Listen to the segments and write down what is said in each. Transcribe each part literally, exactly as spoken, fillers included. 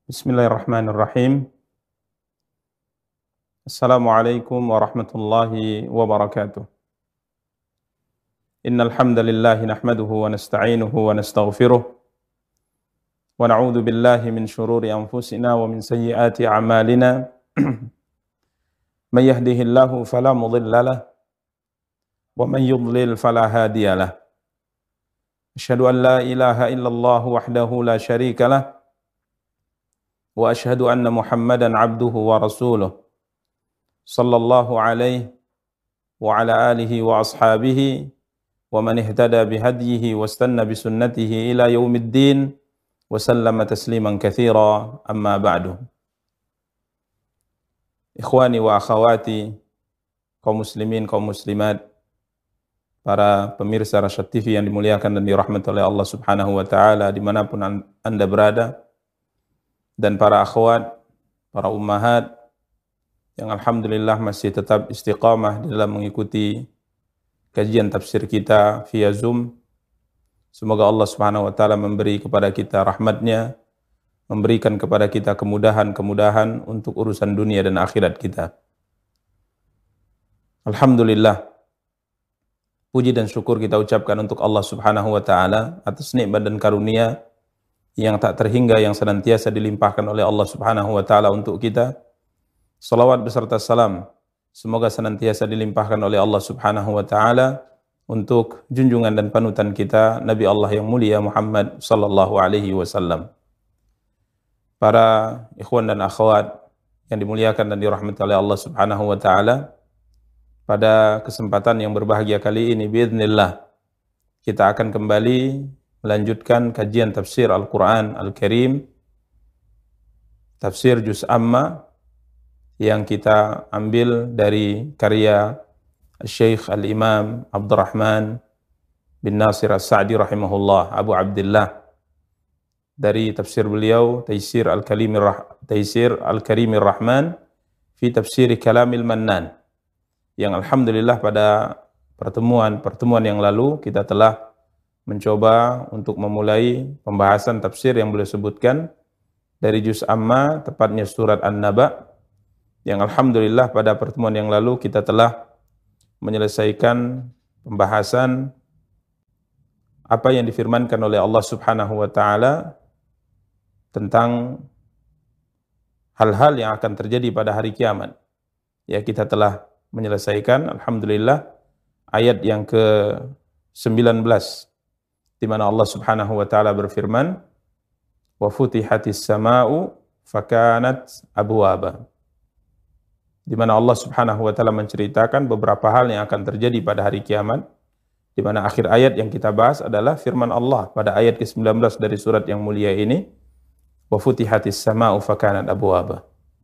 Bismillahirrahmanirrahim. Assalamualaikum warahmatullahi wabarakatuh. Innal hamdalillah nahmaduhu wa nasta'inuhu wa nastaghfiruh wa na'udzu billahi min shururi anfusina wa min sayyiati a'malina. May yahdihillahu fala mudilla lahu wa man yudlil fala hadiya lahu. Asyhadu an la ilaha illallah wahdahu la syarika lahu wa asyhadu anna Muhammadan abduhu wa rasuluh sallallahu alaihi wa ala alihi wa ashabihi wa man ihtada bihadyihi wa istanna bisunnatihi ila yaumiddin wa sallama tasliman katsira, amma ba'du. Ikhwani wa akhawati, kaum muslimin, kaum muslimat, para pemirsa Rasyad T V yang dimuliakan dan dirahmati oleh Allah Subhanahu wa taala dimanapun Anda berada, dan para akhwat, para ummahat yang alhamdulillah masih tetap istiqamah dalam mengikuti kajian tafsir kita via Zoom. Semoga Allah Subhanahu wa taala memberi kepada kita rahmatnya, memberikan kepada kita kemudahan-kemudahan untuk urusan dunia dan akhirat kita. Alhamdulillah, puji dan syukur kita ucapkan untuk Allah Subhanahu wa taala atas nikmat dan karunia yang tak terhingga yang senantiasa dilimpahkan oleh Allah Subhanahu wa taala untuk kita. Salawat beserta salam semoga senantiasa dilimpahkan oleh Allah Subhanahu wa taala untuk junjungan dan panutan kita Nabi Allah yang mulia Muhammad sallallahu alaihi wasallam. Para ikhwan dan akhwat yang dimuliakan dan dirahmati oleh Allah Subhanahu wa taala, pada kesempatan yang berbahagia kali ini biidznillah kita akan kembali melanjutkan kajian tafsir Al-Quran Al-Karim, tafsir Juz Amma, yang kita ambil dari karya Syekh Al-Imam Abdurrahman bin Nasir As-Sa'di rahimahullah, Abu Abdullah, dari tafsir beliau Taisir Al-Karimir Taisir Al-Karimir Rahman fi Tafsir Kalamil Mannan, yang alhamdulillah pada pertemuan-pertemuan yang lalu kita telah mencoba untuk memulai pembahasan tafsir yang beliau sebutkan dari Juz Amma, tepatnya surat An-Naba, yang alhamdulillah pada pertemuan yang lalu kita telah menyelesaikan pembahasan apa yang difirmankan oleh Allah Subhanahu wa taala tentang hal-hal yang akan terjadi pada hari kiamat. Ya, kita telah menyelesaikan alhamdulillah ayat yang ke sembilan belas, di mana Allah Subhanahu wa taala berfirman, wa futihatis sama'u fakanat abwaba, di mana Allah Subhanahu wa taala menceritakan beberapa hal yang akan terjadi pada hari kiamat, di mana akhir ayat yang kita bahas adalah firman Allah pada ayat ke sembilan belas dari surat yang mulia ini, wa futihatis sama'u fakanat abwaba,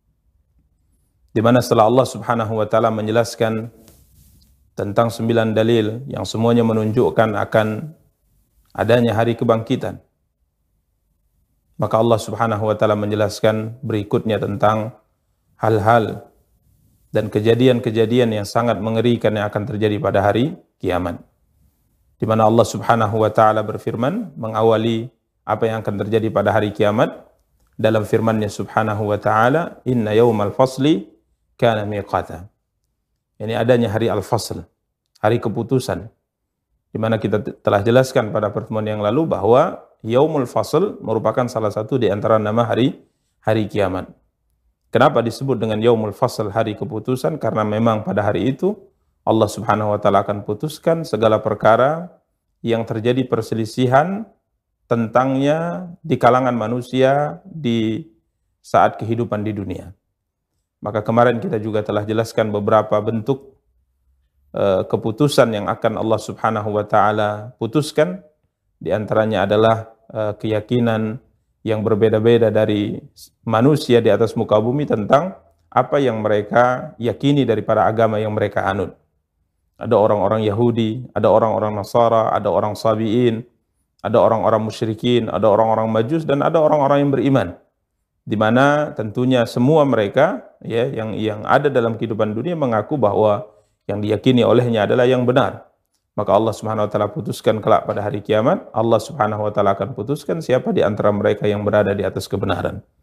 di mana setelah Allah Subhanahu wa taala menjelaskan tentang sembilan dalil yang semuanya menunjukkan akan adanya hari kebangkitan, maka Allah Subhanahu wa taala menjelaskan berikutnya tentang hal-hal dan kejadian-kejadian yang sangat mengerikan yang akan terjadi pada hari kiamat, di mana Allah Subhanahu wa taala berfirman mengawali apa yang akan terjadi pada hari kiamat dalam firman-Nya Subhanahu wa taala, inna yaumal fasli kana miqata. Ini adanya hari al-fasl, hari keputusan, di mana kita telah jelaskan pada pertemuan yang lalu bahwa Yaumul Fasl merupakan salah satu di antara nama hari hari kiamat. Kenapa disebut dengan Yaumul Fasl, hari keputusan? Karena memang pada hari itu Allah Subhanahu wa taala akan putuskan segala perkara yang terjadi perselisihan tentangnya di kalangan manusia di saat kehidupan di dunia. Maka kemarin kita juga telah jelaskan beberapa bentuk keputusan yang akan Allah Subhanahu wa taala putuskan. Di antaranya adalah uh, keyakinan yang berbeda-beda dari manusia di atas muka bumi tentang apa yang mereka yakini daripada agama yang mereka anut. Ada orang-orang Yahudi, ada orang-orang Nasara, ada orang Sabi'in, ada orang-orang musyrikin, ada orang-orang Majus, dan ada orang-orang yang beriman, di mana tentunya semua mereka ya yang yang ada dalam kehidupan dunia mengaku bahwa yang diyakini olehnya adalah yang benar. Maka Allah Subhanahu wa taala putuskan kelak pada hari kiamat, Allah Subhanahu wa taala akan putuskan siapa di antara mereka yang berada di atas kebenaran.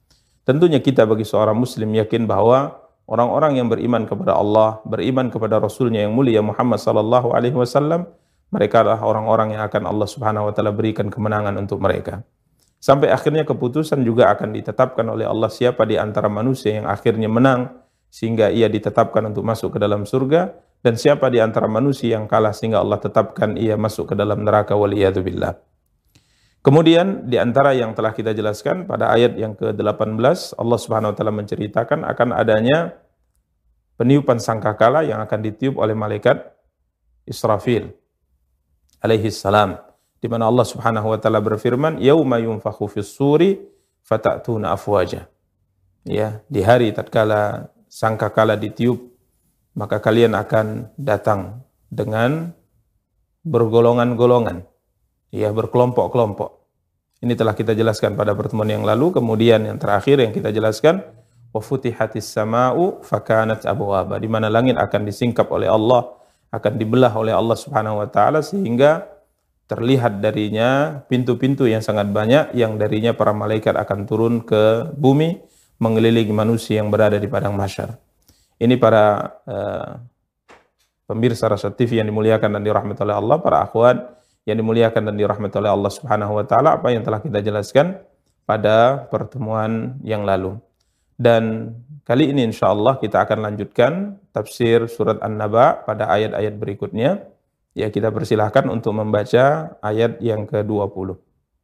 Tentunya kita bagi seorang muslim yakin bahwa orang-orang yang beriman kepada Allah, beriman kepada Rasulnya yang mulia Muhammad sallallahu alaihi wasallam, mereka adalah orang-orang yang akan Allah Subhanahu wa taala berikan kemenangan untuk mereka. Sampai akhirnya keputusan juga akan ditetapkan oleh Allah siapa di antara manusia yang akhirnya menang sehingga ia ditetapkan untuk masuk ke dalam surga, dan siapa di antara manusia yang kalah sehingga Allah tetapkan ia masuk ke dalam neraka, waliyadzubillah. Kemudian di antara yang telah kita jelaskan pada ayat yang ke delapan belas, Allah Subhanahu wa taala menceritakan akan adanya peniupan sangkakala yang akan ditiup oleh malaikat Israfil alaihi salam, di mana Allah Subhanahu wa taala berfirman, yauma yunfakhu fis suri fatatuna afwaja. Ya, di hari tatkala sangkakala ditiup, maka kalian akan datang dengan bergolongan-golongan, ya, berkelompok-kelompok. Ini telah kita jelaskan pada pertemuan yang lalu. Kemudian yang terakhir yang kita jelaskan, wa futihatis sama'u fakanat abwaba, di mana langit akan disingkap oleh Allah, akan dibelah oleh Allah Subhanahu wa taala sehingga terlihat darinya pintu-pintu yang sangat banyak, yang darinya para malaikat akan turun ke bumi mengelilingi manusia yang berada di padang mahsyar. Ini para uh, pemirsa Rasyad T V yang dimuliakan dan dirahmati oleh Allah, para akhwat yang dimuliakan dan dirahmati oleh Allah Subhanahu wa taala, apa yang telah kita jelaskan pada pertemuan yang lalu. Dan kali ini insyaallah kita akan lanjutkan tafsir surat An-Naba pada ayat-ayat berikutnya. Ya, kita persilahkan untuk membaca ayat yang ke dua puluh.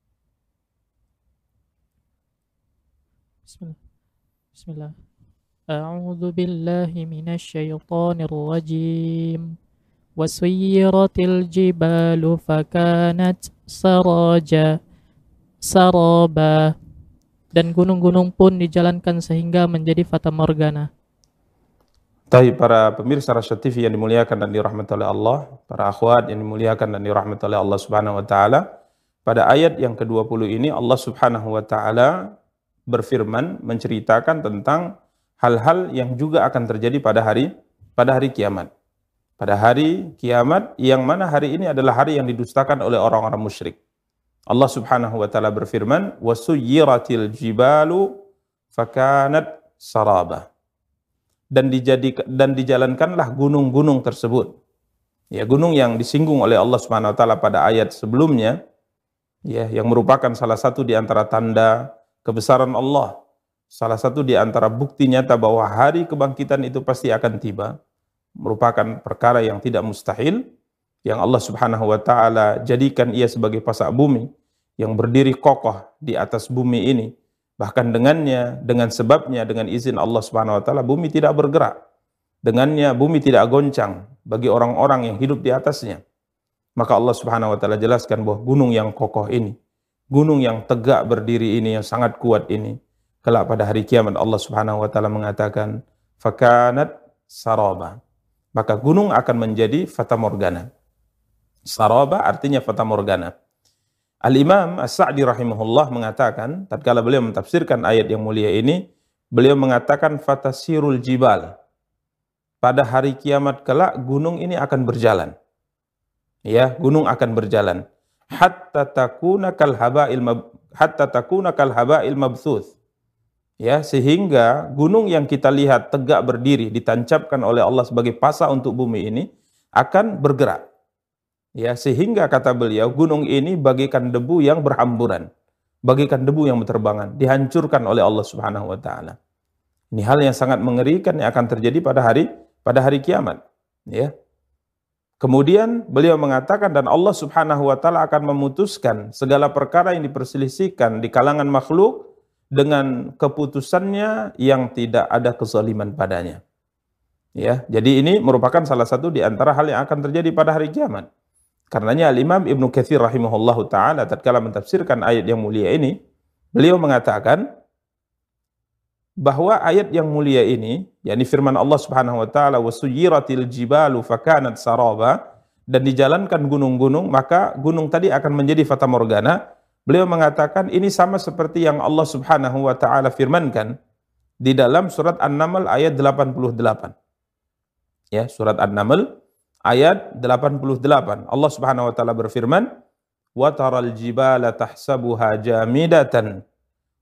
Bismillah. Bismillah. A'udzu billahi minasy syaithanir rajim. Wasuyiratil jibalu fakanat saraja saraba, dan gunung-gunung pun dijalankan sehingga menjadi fata morgana. Baik, para pemirsa Rasyad T V yang dimuliakan dan dirahmati oleh Allah, para akhwat yang dimuliakan dan dirahmati oleh Allah Subhanahu wa taala, pada ayat yang ke dua puluh ini Allah Subhanahu wa taala berfirman menceritakan tentang hal-hal yang juga akan terjadi pada hari pada hari kiamat. Pada hari kiamat yang mana hari ini adalah hari yang didustakan oleh orang-orang musyrik. Allah Subhanahu wa taala berfirman, "Wasuyiratil jibalu fakanat saraba." Dan dijadikan dan dijalankanlah gunung-gunung tersebut. Ya, gunung yang disinggung oleh Allah Subhanahu wa taala pada ayat sebelumnya, ya, yang merupakan salah satu di antara tanda kebesaran Allah, salah satu di antara bukti nyata bahwa hari kebangkitan itu pasti akan tiba, merupakan perkara yang tidak mustahil, yang Allah Subhanahu wa taala jadikan ia sebagai pasak bumi yang berdiri kokoh di atas bumi ini. Bahkan dengannya, dengan sebabnya, dengan izin Allah Subhanahu wa taala, bumi tidak bergerak. Dengannya bumi tidak goncang bagi orang-orang yang hidup di atasnya. Maka Allah Subhanahu wa taala jelaskan bahwa gunung yang kokoh ini, gunung yang tegak berdiri ini, yang sangat kuat ini, kelak pada hari kiamat Allah Subhanahu wa taala mengatakan fakanat saraba, maka gunung akan menjadi fata morgana. Saraba artinya fata morgana. Al-Imam As-Sa'di rahimahullah mengatakan, tatkala beliau mentafsirkan ayat yang mulia ini, beliau mengatakan fatasirul jibal. Pada hari kiamat kelak gunung ini akan berjalan. Ya, gunung akan berjalan. Hatta takuna kal haba'il mab hatta takuna kal haba'il mabthuth. Ya, sehingga gunung yang kita lihat tegak berdiri ditancapkan oleh Allah sebagai pasak untuk bumi ini akan bergerak. Ya, sehingga kata beliau gunung ini bagaikan debu yang berhamburan, bagaikan debu yang berterbangan, dihancurkan oleh Allah Subhanahu wa taala. Ini hal yang sangat mengerikan yang akan terjadi pada hari pada hari kiamat, ya. Kemudian beliau mengatakan, dan Allah Subhanahu wa taala akan memutuskan segala perkara yang diperselisihkan di kalangan makhluk dengan keputusannya yang tidak ada kezaliman padanya. Ya, jadi ini merupakan salah satu di antara hal yang akan terjadi pada hari kiamat. Karenanya Al-Imam Ibnu Katsir rahimahullahu taala tatkala mentafsirkan ayat yang mulia ini, beliau mengatakan bahwa ayat yang mulia ini, yakni firman Allah Subhanahu wa taala wasuyiratil jibalu fakanat saraba, dan dijalankan gunung-gunung, maka gunung tadi akan menjadi fata morgana. Beliau mengatakan ini sama seperti yang Allah Subhanahu wa taala firmankan di dalam surat An-Naml ayat delapan puluh delapan. Ya, surat An-Naml ayat delapan puluh delapan. Allah Subhanahu wa taala berfirman, "Wa taral jibala tahsabuha jamidatan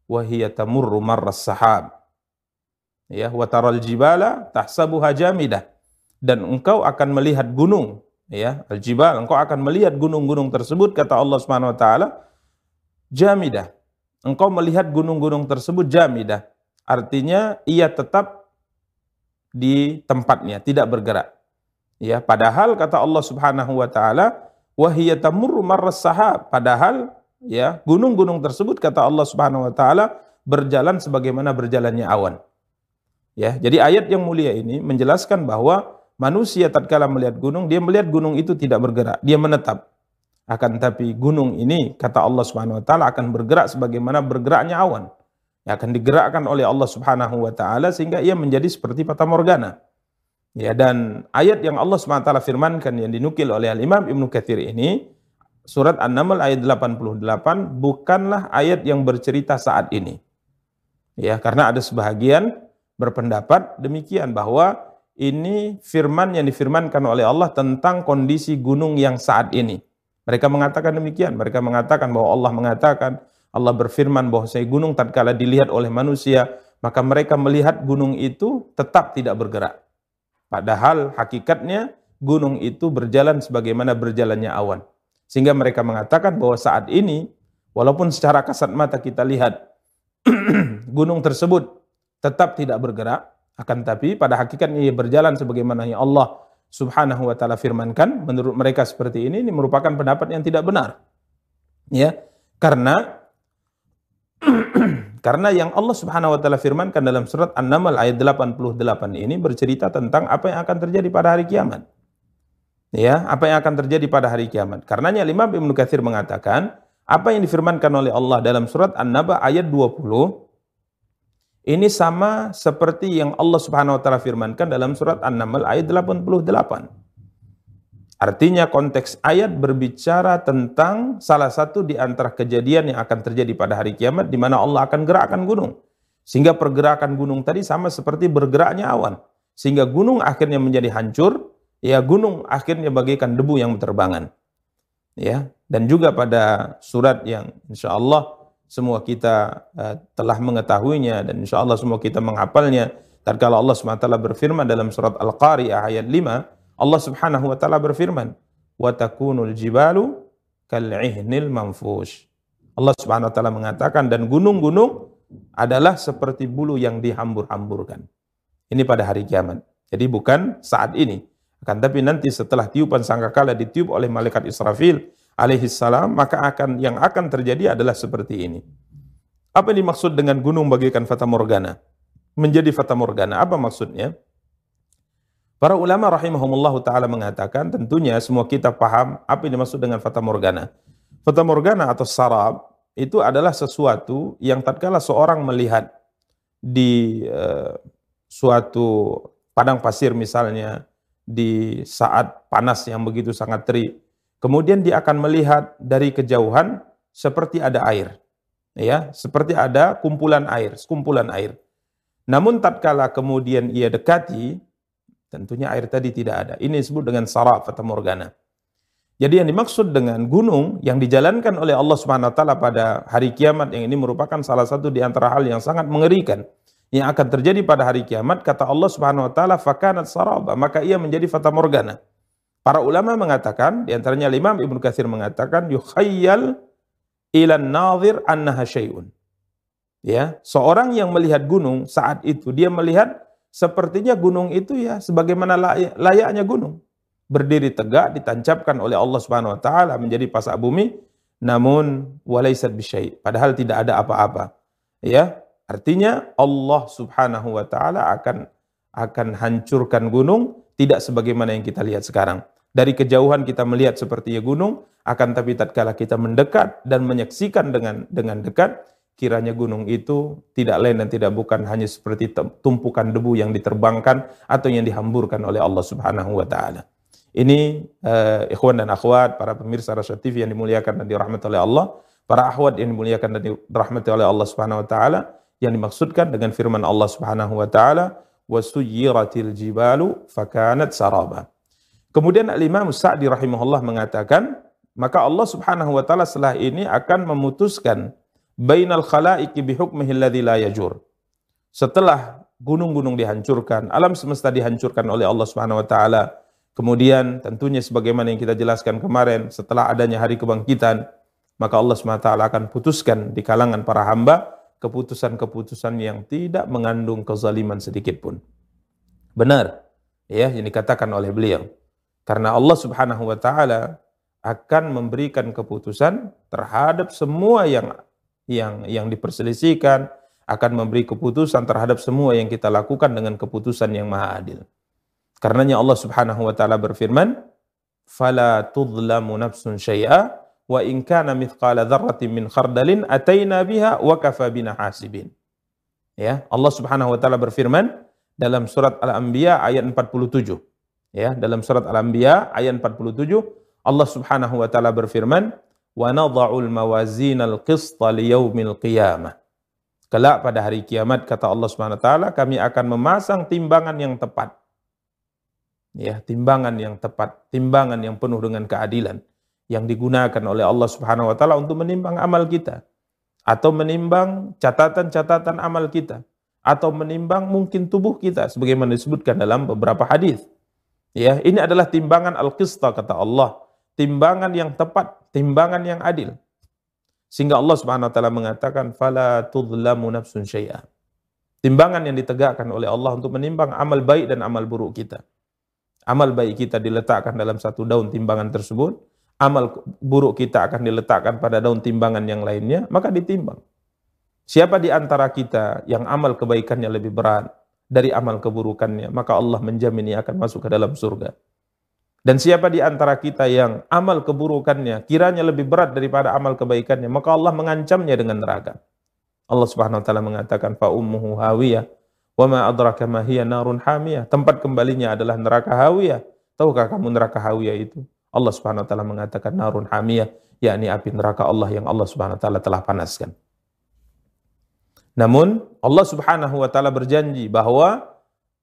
wa hiya tamurru marras sahab. Ya, wa taral jibala tahsabuha jamidah. Dan engkau akan melihat gunung, ya, al-jibal, engkau akan melihat gunung-gunung tersebut, kata Allah Subhanahu wa taala, jamidah. Engkau melihat gunung-gunung tersebut jamidah. Artinya ia tetap di tempatnya, tidak bergerak. Ya, padahal kata Allah Subhanahu wa taala, wa hiya tamurru marras sahab. Padahal ya, gunung-gunung tersebut kata Allah Subhanahu wa taala berjalan sebagaimana berjalannya awan. Ya, jadi ayat yang mulia ini menjelaskan bahwa manusia tatkala melihat gunung, dia melihat gunung itu tidak bergerak, dia menetap. Akan tapi gunung ini kata Allah Subhanahu wa taala akan bergerak sebagaimana bergeraknya awan. Yang akan digerakkan oleh Allah Subhanahu wa taala sehingga ia menjadi seperti fata morgana. Ya, dan ayat yang Allah Subhanahu wa taala firmankan yang dinukil oleh Al-Imam Ibnu Katsir ini, surat An-Naml ayat delapan puluh delapan, bukanlah ayat yang bercerita saat ini. Ya, karena ada sebahagian berpendapat demikian bahwa ini firman yang difirmankan oleh Allah tentang kondisi gunung yang saat ini. Mereka mengatakan demikian. Mereka mengatakan bahwa Allah mengatakan, Allah berfirman bahwa saya gunung tatkala dilihat oleh manusia, maka mereka melihat gunung itu tetap tidak bergerak. Padahal hakikatnya gunung itu berjalan sebagaimana berjalannya awan. Sehingga mereka mengatakan bahwa saat ini, walaupun secara kasat mata kita lihat gunung tersebut tetap tidak bergerak, akan tapi pada hakikatnya ia berjalan sebagaimana yang Allah Subhanahu wa taala firmankan. Menurut mereka seperti ini, ini merupakan pendapat yang tidak benar. Ya, karena karena yang Allah Subhanahu wa taala firmankan dalam surat An-Naml ayat delapan puluh delapan ini bercerita tentang apa yang akan terjadi pada hari kiamat. Ya, apa yang akan terjadi pada hari kiamat. Karenanya Imam Ibnu Katsir mengatakan, apa yang difirmankan oleh Allah dalam surat An-Naba ayat dua puluh ini sama seperti yang Allah Subhanahu wa taala firmankan dalam surat An-Naml ayat delapan puluh delapan. Artinya konteks ayat berbicara tentang salah satu di antara kejadian yang akan terjadi pada hari kiamat di mana Allah akan gerakkan gunung. Sehingga pergerakan gunung tadi sama seperti bergeraknya awan. Sehingga gunung akhirnya menjadi hancur, ya, gunung akhirnya bagaikan debu yang berterbangan. Ya, dan juga pada surat yang insyaallah semua kita uh, telah mengetahuinya dan insyaallah semua kita menghafalnya. Tatkala Allah Subhanahu wa taala berfirman dalam surat Al-Qari'ah ayat lima, Allah Subhanahu wa taala berfirman, "Wa takunul jibalu kal'ihnil manfush." Allah Subhanahu wa taala mengatakan, dan gunung-gunung adalah seperti bulu yang dihambur-hamburkan. Ini pada hari kiamat. Jadi bukan saat ini. Akan tapi nanti setelah tiupan sangkakala ditiup oleh malaikat Israfil alaihi salam, maka akan yang akan terjadi adalah seperti ini. Apa yang dimaksud dengan gunung bagaikan fata morgana? Menjadi fata morgana, apa maksudnya? Para ulama rahimahumullahu ta'ala mengatakan, tentunya semua kita paham apa yang dimaksud dengan fata morgana. Fata morgana atau sarab, itu adalah sesuatu yang tatkala seorang melihat di uh, suatu padang pasir misalnya, di saat panas yang begitu sangat terik, kemudian dia akan melihat dari kejauhan seperti ada air. Ya, seperti ada kumpulan air, sekumpulan air. Namun tatkala kemudian ia dekati, tentunya air tadi tidak ada. Ini disebut dengan sarab fata morgana. Jadi yang dimaksud dengan gunung yang dijalankan oleh Allah Subhanahu wa taala pada hari kiamat, yang ini merupakan salah satu di antara hal yang sangat mengerikan yang akan terjadi pada hari kiamat, kata Allah Subhanahu wa taala, fakanat saraba, maka ia menjadi fata morgana. Para ulama mengatakan, di antaranya Imam Ibnu Katsir mengatakan, yukhayyal ilan nadhir annaha syai'un. Ya, seorang yang melihat gunung saat itu dia melihat sepertinya gunung itu ya sebagaimana layak, layaknya gunung, berdiri tegak, ditancapkan oleh Allah Subhanahu wa taala menjadi pasak bumi, namun walaysat bisyai', padahal tidak ada apa-apa. Ya, artinya Allah Subhanahu wa taala akan akan hancurkan gunung tidak sebagaimana yang kita lihat sekarang. Dari kejauhan kita melihat seperti gunung, akan tapi tatkala kita mendekat dan menyaksikan dengan dengan dekat, kiranya gunung itu tidak lain dan tidak bukan hanya seperti tumpukan debu yang diterbangkan atau yang dihamburkan oleh Allah Subhanahu wa taala. Ini uh, ikhwan dan akhwat, para pemirsa Rasyad T V yang dimuliakan dan dirahmati oleh Allah, para akhwat yang dimuliakan dan dirahmati oleh Allah Subhanahu wa taala, yang dimaksudkan dengan firman Allah Subhanahu wa taala, "Wasuyiratil jibalu fakanat saraba." Kemudian Al-Imam Sa'di rahimahullah mengatakan, maka Allah Subhanahu wa taala setelah ini akan memutuskan bainal khalaiqi bihukmihi alladzi la yajur. Setelah gunung-gunung dihancurkan, alam semesta dihancurkan oleh Allah Subhanahu wa taala, kemudian tentunya sebagaimana yang kita jelaskan kemarin, setelah adanya hari kebangkitan, maka Allah Subhanahu wa taala akan putuskan di kalangan para hamba keputusan-keputusan yang tidak mengandung kezaliman sedikit pun. Benar ya yang dikatakan oleh beliau. Karena Allah Subhanahu wa taala akan memberikan keputusan terhadap semua yang yang yang diperselisihkan, akan memberi keputusan terhadap semua yang kita lakukan dengan keputusan yang maha adil. Karenanya Allah Subhanahu wa taala berfirman, "Fala tudlamu nafsun syai'a wa in kana mithqala dzarratin min khardalin ataina biha wa kafa bina hasibin." Ya, Allah Subhanahu wa taala berfirman dalam surat Al-Anbiya ayat empat puluh tujuh. Ya, dalam surat Al-Anbiya ayat empat puluh tujuh, Allah Subhanahu wa taala berfirman, "Wa nadha'ul mawazinal qista liyaumil qiyamah." Kelak pada hari kiamat, kata Allah Subhanahu wa taala, kami akan memasang timbangan yang tepat. Ya, timbangan yang tepat, timbangan yang penuh dengan keadilan yang digunakan oleh Allah Subhanahu wa taala untuk menimbang amal kita atau menimbang catatan-catatan amal kita atau menimbang mungkin tubuh kita sebagaimana disebutkan dalam beberapa hadis. Ya, ini adalah timbangan al-qista kata Allah, timbangan yang tepat, timbangan yang adil. Sehingga Allah Subhanahu wa taala mengatakan fala tudlamu nafsun syai'a. Timbangan yang ditegakkan oleh Allah untuk menimbang amal baik dan amal buruk kita. Amal baik kita diletakkan dalam satu daun timbangan tersebut, amal buruk kita akan diletakkan pada daun timbangan yang lainnya, maka ditimbang. Siapa di antara kita yang amal kebaikannya lebih berat dari amal keburukannya, maka Allah menjamin ia akan masuk ke dalam surga. Dan siapa di antara kita yang amal keburukannya kiranya lebih berat daripada amal kebaikannya, maka Allah mengancamnya dengan neraka. Allah Subhanahu wa taala mengatakan fa ummuhu hawiyah wa ma adraka ma hiya narun hamiyah. Tempat kembalinya adalah neraka hawiyah. Tahukah kamu neraka hawiyah itu? Allah Subhanahu wa taala mengatakan narun hamiyah, yakni api neraka Allah yang Allah Subhanahu wa taala telah panaskan. Namun Allah Subhanahu wa taala berjanji bahwa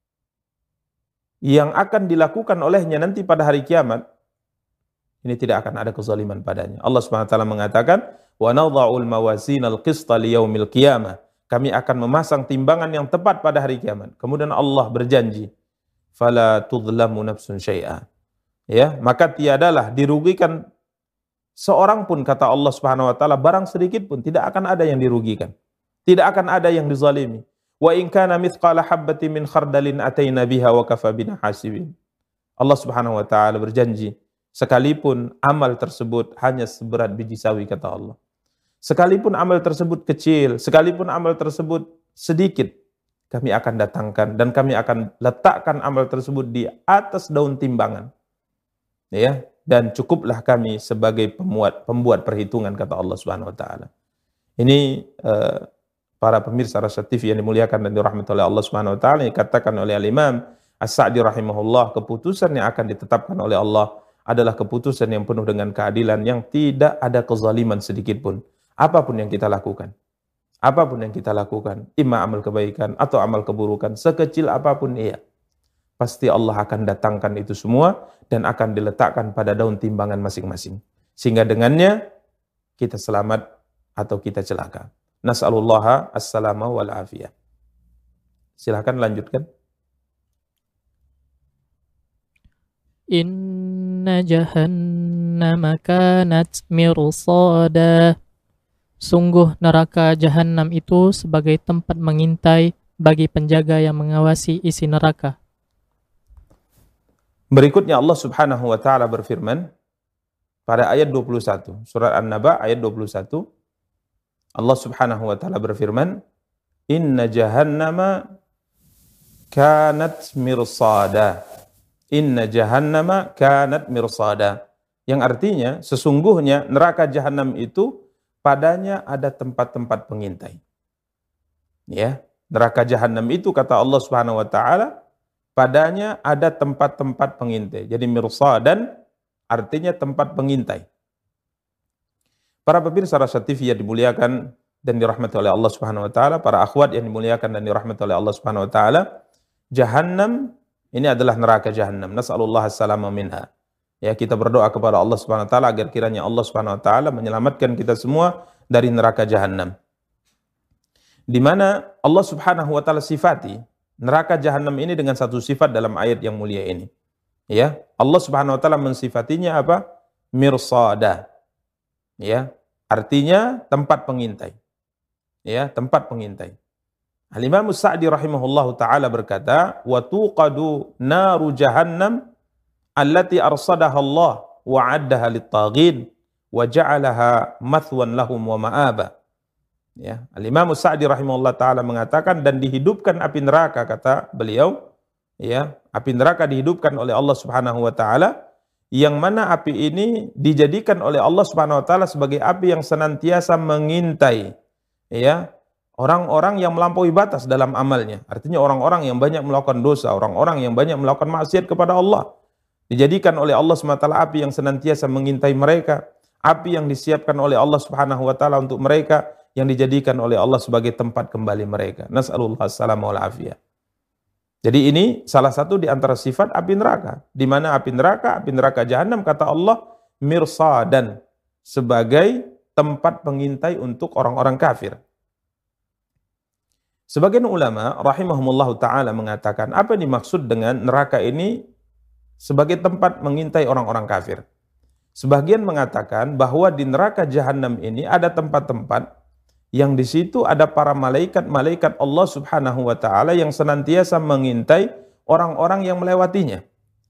yang akan dilakukan olehnya nanti pada hari kiamat, ini tidak akan ada kezaliman padanya. Allah Subhanahu wa taala mengatakan, "Wa nadha'ul mawazinal qista liyaumil qiyamah." Kami akan memasang timbangan yang tepat pada hari kiamat. Kemudian Allah berjanji, "Fala tudlamu nafsun syai'a." Ya, maka tiadalah dirugikan seorang pun kata Allah Subhanahu wa taala, barang sedikit pun tidak akan ada yang dirugikan. Tidak akan ada yang dizalimi. Wa in kana mithqala habbatin min khardalin ataina biha wa kafa bina hasibin. Allah Subhanahu wa taala berjanji, sekalipun amal tersebut hanya seberat biji sawi kata Allah. Sekalipun amal tersebut kecil, sekalipun amal tersebut sedikit, kami akan datangkan dan kami akan letakkan amal tersebut di atas daun timbangan. Ya, dan cukuplah kami sebagai pembuat pembuat perhitungan kata Allah Subhanahu wa taala. Ini uh, para pemirsa Rasyad T V yang dimuliakan dan dirahmati oleh Allah Subhanahu wa taala, dikatakan oleh Al-Imam As-Sa'di rahimahullah, keputusan yang akan ditetapkan oleh Allah adalah keputusan yang penuh dengan keadilan, yang tidak ada kezaliman sedikit pun. Apapun yang kita lakukan, apapun yang kita lakukan, imma amal kebaikan atau amal keburukan, sekecil apapun ia, pasti Allah akan datangkan itu semua dan akan diletakkan pada daun timbangan masing-masing. Sehingga dengannya kita selamat atau kita celaka. Nas'alullaha as-salama wal afiyah. Silakan lanjutkan. Inna jahannama kanat mirsada. Sungguh neraka Jahannam itu sebagai tempat mengintai bagi penjaga yang mengawasi isi neraka. Berikutnya Allah Subhanahu wa taala berfirman pada ayat dua puluh satu, surat An-Naba ayat dua puluh satu. Allah Subhanahu wa taala berfirman, "Inna jahannama kanat mirsada." Inna jahannama kanat mirsada. Yang artinya sesungguhnya neraka Jahannam itu padanya ada tempat-tempat pengintai. Ya, neraka Jahannam itu kata Allah Subhanahu wa taala padanya ada tempat-tempat pengintai. Jadi mirsadan artinya tempat pengintai. Para pemirsa Rasyad T V yang dimuliakan dan dirahmati oleh Allah Subhanahu wa taala, para akhwat yang dimuliakan dan dirahmati oleh Allah Subhanahu wa taala, Jahannam ini adalah neraka Jahannam. Nas'alullah as-salama minha. Ya, kita berdoa kepada Allah Subhanahu wa taala agar kiranya Allah Subhanahu wa taala menyelamatkan kita semua dari neraka Jahannam. di mana Allah Subhanahu wa taala sifati neraka jahanam ini dengan satu sifat dalam ayat yang mulia ini. Ya, Allah Subhanahu wa taala mensifatinya apa? Mirsada. Ya, artinya tempat pengintai. Ya, tempat pengintai. Al-Imam Sa'di rahimahullahu taala berkata, "Wa tuqadu naru jahannam allati arsadaha Allah wa 'addaha lit-taghin wa ja'alaha mathwan lahum wa ma'aba." Ya, Al-Imam Sa'di rahimahullah taala mengatakan, dan dihidupkan api neraka, kata beliau, ya, api neraka dihidupkan oleh Allah Subhanahu wa taala, yang mana api ini dijadikan oleh Allah Subhanahu wa taala sebagai api yang senantiasa mengintai, ya, orang-orang yang melampaui batas dalam amalnya. Artinya orang-orang yang banyak melakukan dosa, orang-orang yang banyak melakukan maksiat kepada Allah. Dijadikan oleh Allah Subhanahu wa taala api yang senantiasa mengintai mereka, api yang disiapkan oleh Allah Subhanahu wa taala untuk mereka, yang dijadikan oleh Allah sebagai tempat kembali mereka. Nas'alullah as-salama wal afiyah. Jadi ini salah satu di antara sifat api neraka, di mana api neraka, api neraka jahanam, kata Allah, mirsadan, sebagai tempat pengintai untuk orang-orang kafir. Sebagian ulama rahimahumullah taala mengatakan, apa yang dimaksud dengan neraka ini sebagai tempat mengintai orang-orang kafir? Sebagian mengatakan bahwa di neraka jahanam ini ada tempat-tempat yang di situ ada para malaikat-malaikat Allah Subhanahu wa taala yang senantiasa mengintai orang-orang yang melewatinya.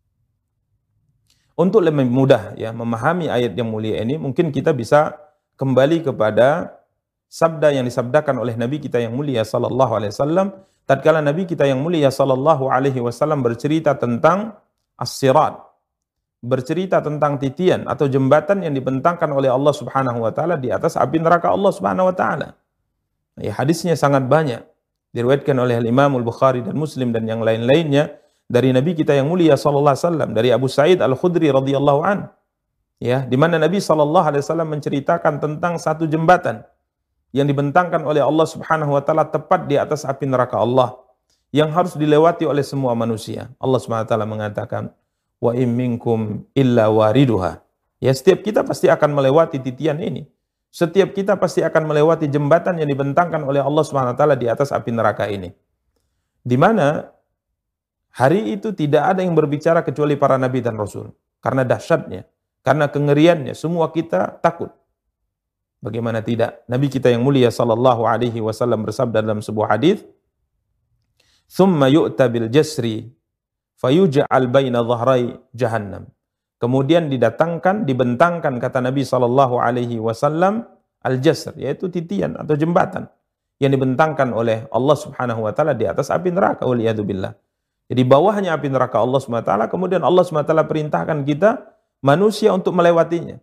Untuk lebih mudah ya memahami ayat yang mulia ini, mungkin kita bisa kembali kepada sabda yang disabdakan oleh Nabi kita yang mulia sallallahu alaihi wasallam tatkala Nabi kita yang mulia sallallahu alaihi wasallam bercerita tentang as-sirat, bercerita tentang titian atau jembatan yang dibentangkan oleh Allah Subhanahu wa taala di atas api neraka Allah Subhanahu wa taala. Ya, hadisnya sangat banyak, diriwayatkan oleh Imam Al-Bukhari dan Muslim dan yang lain-lainnya dari Nabi kita yang mulia sallallahu alaihi wasallam, dari Abu Sa'id Al-Khudri radhiyallahu an. Ya, di mana Nabi sallallahu alaihi wasallam menceritakan tentang satu jembatan yang dibentangkan oleh Allah Subhanahu wa taala tepat di atas api neraka Allah yang harus dilewati oleh semua manusia. Allah Subhanahu wa taala mengatakan, "Wa in minkum illa wariduha." Ya, setiap kita pasti akan melewati titian ini. Setiap kita pasti akan melewati jembatan yang dibentangkan oleh Allah Subhanahu wa taala di atas api neraka ini. Di mana hari itu tidak ada yang berbicara kecuali para nabi dan rasul. Karena dahsyatnya, karena kengeriannya, semua kita takut. Bagaimana tidak? Nabi kita yang mulia sallallahu alaihi wasallam bersabda dalam sebuah hadis, "Tsumma yu'ta bil jasri fayuj'al baina dhahrai jahannam." Kemudian didatangkan, dibentangkan, kata Nabi sallallahu alaihi wasallam, al-jasr, yaitu titian atau jembatan yang dibentangkan oleh Allah Subhanahu wa taala di atas api neraka, waliyadzubillah. Jadi bawahnya api neraka Allah Subhanahu wa taala, kemudian Allah Subhanahu wa taala perintahkan kita manusia untuk melewatinya.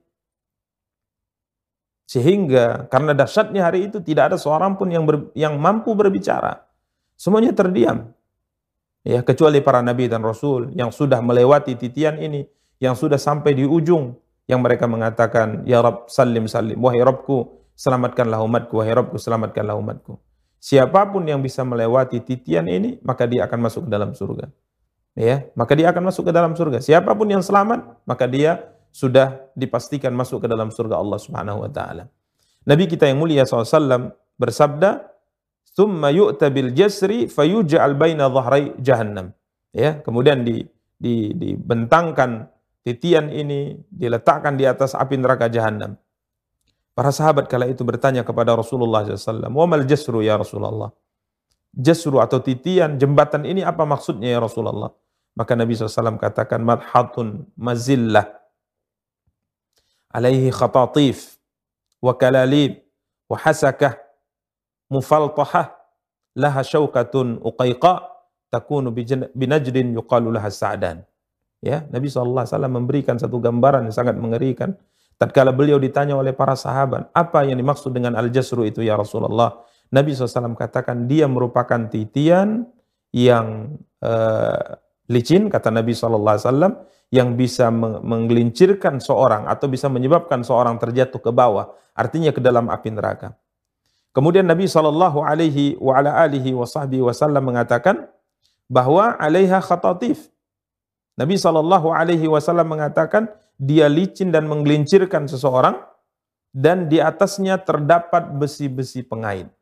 Sehingga karena dahsyatnya hari itu tidak ada seorang pun yang ber, yang mampu berbicara. Semuanya terdiam. Ya, kecuali para nabi dan rasul yang sudah melewati titian ini, yang sudah sampai di ujung, yang mereka mengatakan, "Ya Rabb, salim salim, wahai Rabbku, selamatkanlah umatku, wahai Rabbku, selamatkanlah umatku." Siapapun yang bisa melewati titian ini, maka dia akan masuk ke dalam surga. Ya, maka dia akan masuk ke dalam surga. Siapapun yang selamat, maka dia sudah dipastikan masuk ke dalam surga Allah Subhanahu wa taala. Nabi kita yang mulia shallallahu alaihi wasallam bersabda, "Tsumma yu'ta bil jasri fayuj'al baina dhahrai jahannam." Ya, kemudian di, di dibentangkan titian ini, diletakkan di atas api neraka jahanam. Para sahabat kala itu bertanya kepada Rasulullah shallallahu alaihi wasallam, "Wa mal jasru ya Rasulullah?" Jasru atau titian, jembatan ini apa maksudnya ya Rasulullah? Maka Nabi shallallahu alaihi wasallam katakan, "Madhatun mazillah alaihi khatatif wa kalalib wa hasakah mufaltahah laha syaukatun uqaiqa takunu binajdin yuqalu laha sa'dan." Ya, Nabi shallallahu alaihi wasallam memberikan satu gambaran yang sangat mengerikan. Tatkala beliau ditanya oleh para sahabat, apa yang dimaksud dengan al-jasru itu ya Rasulullah? Nabi shallallahu alaihi wasallam katakan, dia merupakan titian yang uh, licin, kata Nabi shallallahu alaihi wasallam, yang bisa menggelincirkan seorang atau bisa menyebabkan seorang terjatuh ke bawah, artinya ke dalam api neraka. Kemudian Nabi shallallahu alaihi wasallam mengatakan bahwa alaiha khatatif. Nabi shallallahu alaihi wasallam mengatakan dia licin dan menggelincirkan seseorang, dan di atasnya terdapat besi-besi pengait.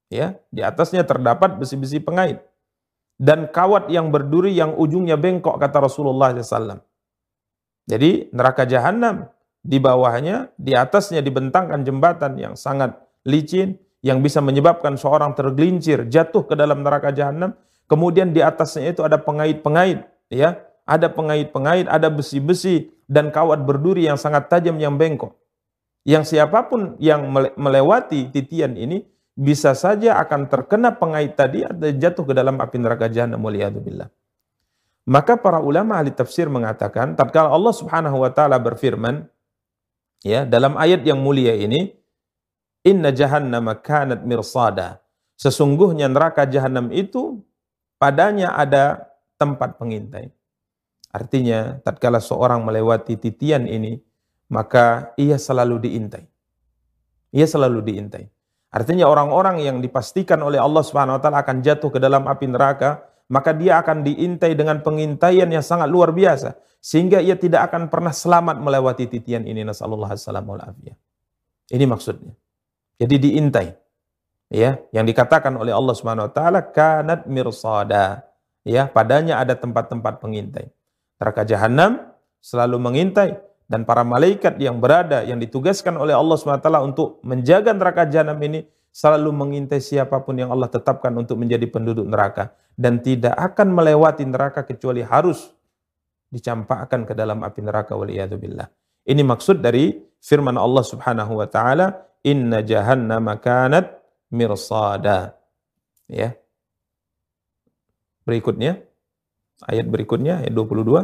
Ya, di atasnya terdapat besi-besi pengait dan kawat yang berduri yang ujungnya bengkok, kata Rasulullah shallallahu alaihi wasallam. Jadi neraka jahanam, di bawahnya, di atasnya dibentangkan jembatan yang sangat licin yang bisa menyebabkan seorang tergelincir jatuh ke dalam neraka jahanam. Kemudian di atasnya itu ada pengait-pengait, ya, ada pengait-pengait, ada besi-besi dan kawat berduri yang sangat tajam yang bengkok. Yang siapapun yang melewati titian ini bisa saja akan terkena pengait tadi atau jatuh ke dalam api neraka jahanam, waliyadzubillah. Maka para ulama ahli tafsir mengatakan, tatkala Allah Subhanahu wa taala berfirman, ya, dalam ayat yang mulia ini, inna jahannama kanat mirsada. Sesungguhnya neraka jahanam itu padanya ada tempat pengintai. Artinya, tatkala seorang melewati titian ini, maka ia selalu diintai. Ia selalu diintai. Artinya orang-orang yang dipastikan oleh Allah Subhanahu wa taala akan jatuh ke dalam api neraka, maka dia akan diintai dengan pengintaian yang sangat luar biasa, sehingga ia tidak akan pernah selamat melewati titian ini. Nasallallahu alaihi wasallam. Ini maksudnya. Jadi diintai. Ya, yang dikatakan oleh Allah Subhanahu wa taala kanat mirsada. Ya, padanya ada tempat-tempat pengintai. Neraka jahanam selalu mengintai, dan para malaikat yang berada yang ditugaskan oleh Allah Subhanahu wa taala untuk menjaga neraka jahanam ini selalu mengintai siapapun yang Allah tetapkan untuk menjadi penduduk neraka, dan tidak akan melewati neraka kecuali harus dicampakkan ke dalam api neraka, waliyadzubillah. Ini maksud dari firman Allah Subhanahu wa taala, inna jahannama kanat mirsada. Ya. Berikutnya, ayat berikutnya, ayat dua puluh dua.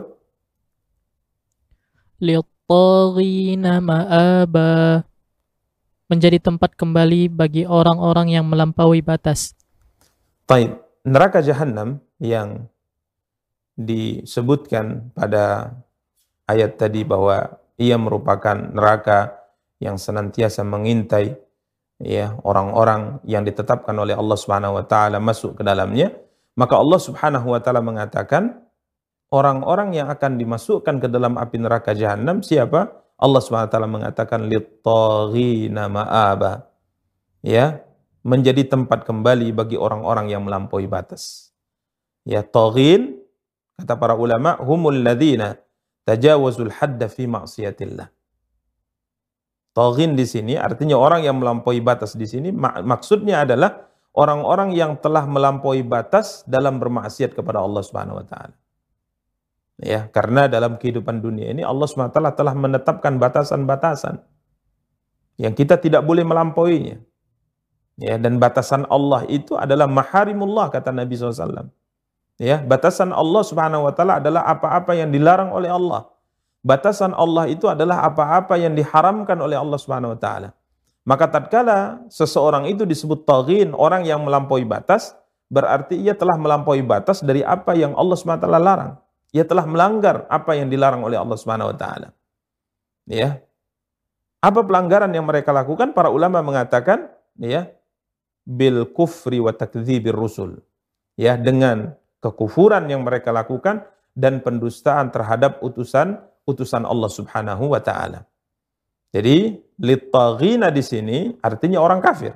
Littaghina ma'aba, menjadi tempat kembali bagi orang-orang yang melampaui batas. Taib, neraka jahanam yang disebutkan pada ayat tadi bahwa ia merupakan neraka yang senantiasa mengintai, ya, orang-orang yang ditetapkan oleh Allah Subhanahu wa taala masuk ke dalamnya, maka Allah Subhanahu wa taala mengatakan orang-orang yang akan dimasukkan ke dalam api neraka jahanam siapa? Allah Subhanahu wa taala mengatakan littaghina ma'aba. Ya, menjadi tempat kembali bagi orang-orang yang melampaui batas. Ya, taghin, kata para ulama, humul ladzina tajawazul hadda fi ma'siyatillah. Taghin di sini artinya orang yang melampaui batas di sini mak maksudnya adalah orang-orang yang telah melampaui batas dalam bermaksiat kepada Allah Subhanahu wa taala. Ya, karena dalam kehidupan dunia ini Allah subhanahu wa taala telah menetapkan batasan-batasan yang kita tidak boleh melampauinya. Ya, dan batasan Allah itu adalah maharimullah, kata Nabi shallallahu alaihi wasallam. Ya, batasan Allah Subhanahu wa taala adalah apa-apa yang dilarang oleh Allah. Batasan Allah itu adalah apa-apa yang diharamkan oleh Allah Subhanahu wa taala. Maka tatkala seseorang itu disebut taghin, orang yang melampaui batas, berarti ia telah melampaui batas dari apa yang Allah Subhanahu wa taala larang. Ia telah melanggar apa yang dilarang oleh Allah Subhanahu wa taala. Ya. Apa pelanggaran yang mereka lakukan? Para ulama mengatakan, ya, bil kufri wa takdzibir rusul. Ya, dengan kekufuran yang mereka lakukan dan pendustaan terhadap utusan-utusan Allah Subhanahu wa taala. Jadi, littaghina di sini artinya orang kafir.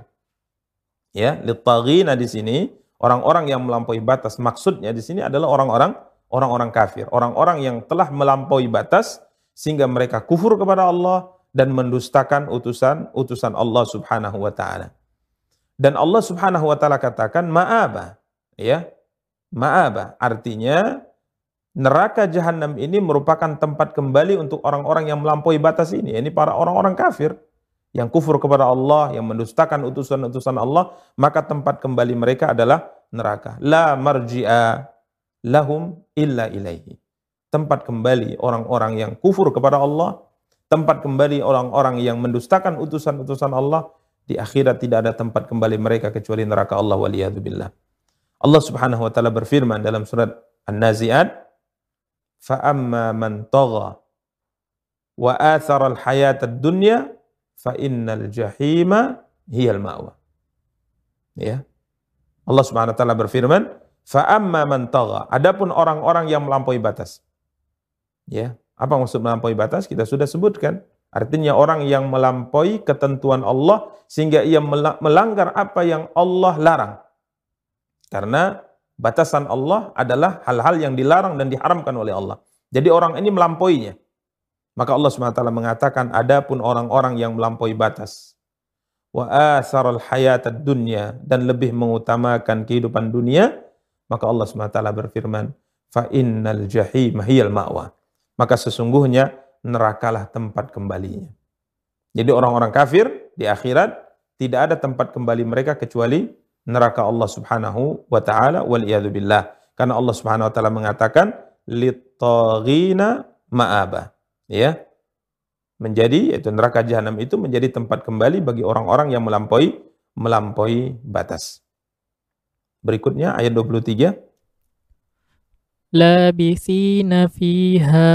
Ya, littaghina di sini orang-orang yang melampaui batas. Maksudnya di sini adalah orang-orang orang-orang kafir, orang-orang yang telah melampaui batas sehingga mereka kufur kepada Allah dan mendustakan utusan-utusan Allah Subhanahu wa taala. Dan Allah Subhanahu wa taala katakan ma'aba, ya. Ma'aba artinya neraka jahanam ini merupakan tempat kembali untuk orang-orang yang melampaui batas ini. Ini para orang-orang kafir yang kufur kepada Allah, yang mendustakan utusan-utusan Allah, maka tempat kembali mereka adalah neraka. La marji'a lahum illa ilaihi. Tempat kembali orang-orang yang kufur kepada Allah, tempat kembali orang-orang yang mendustakan utusan-utusan Allah, di akhirat tidak ada tempat kembali mereka kecuali neraka Allah, waliyadzubillah. Allah Subhanahu wa taala berfirman dalam surat An-Nazi'at, fa amma man tagha wa athara al-hayata ad-dunya fa innal jahima hiyal ma'wa. Ya. Allah Subhanahu wa taala berfirman, fa amma man tagha, adapun orang-orang yang melampaui batas. Ya, apa maksud melampaui batas? Kita sudah sebutkan, Artinya orang yang melampaui ketentuan Allah sehingga ia melanggar apa yang Allah larang. Karena batasan Allah adalah hal-hal yang dilarang dan diharamkan oleh Allah. Jadi orang ini melampauinya. Maka Allah subhanahu wa taala mengatakan, adapun orang-orang yang melampaui batas, wa atharal hayatad dunya, dan lebih mengutamakan kehidupan dunia, maka Allah subhanahu wa taala berfirman, fa innal jahim hiyal ma'wa. Maka sesungguhnya nerakalah tempat kembalinya. Jadi orang-orang kafir di akhirat tidak ada tempat kembali mereka kecuali neraka Allah subhanahu wa ta'ala, wal iyadzu billah. Karena Allah subhanahu wa ta'ala mengatakan, lit-taghina ma'aba. Ya, menjadi, yaitu neraka jahanam itu menjadi tempat kembali bagi orang-orang yang melampaui melampaui batas. Berikutnya ayat dua puluh tiga. Labithina fiha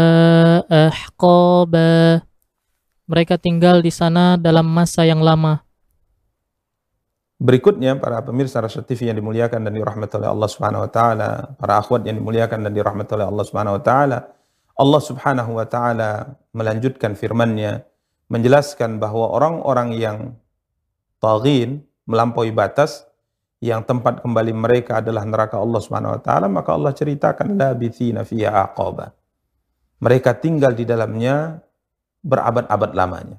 ahqaba. Mereka tinggal di sana dalam masa yang lama. Berikutnya para pemirsa Rasyad T V yang dimuliakan dan dirahmati oleh Allah Subhanahu wa taala, para akhwat yang dimuliakan dan dirahmati oleh Allah Subhanahu wa taala, Allah Subhanahu wa taala melanjutkan firman-Nya menjelaskan bahwa orang-orang yang taghin, melampaui batas, yang tempat kembali mereka adalah neraka Allah Subhanahu wa taala, maka Allah ceritakan labithina fiha aqaba. Mereka tinggal di dalamnya berabad-abad lamanya.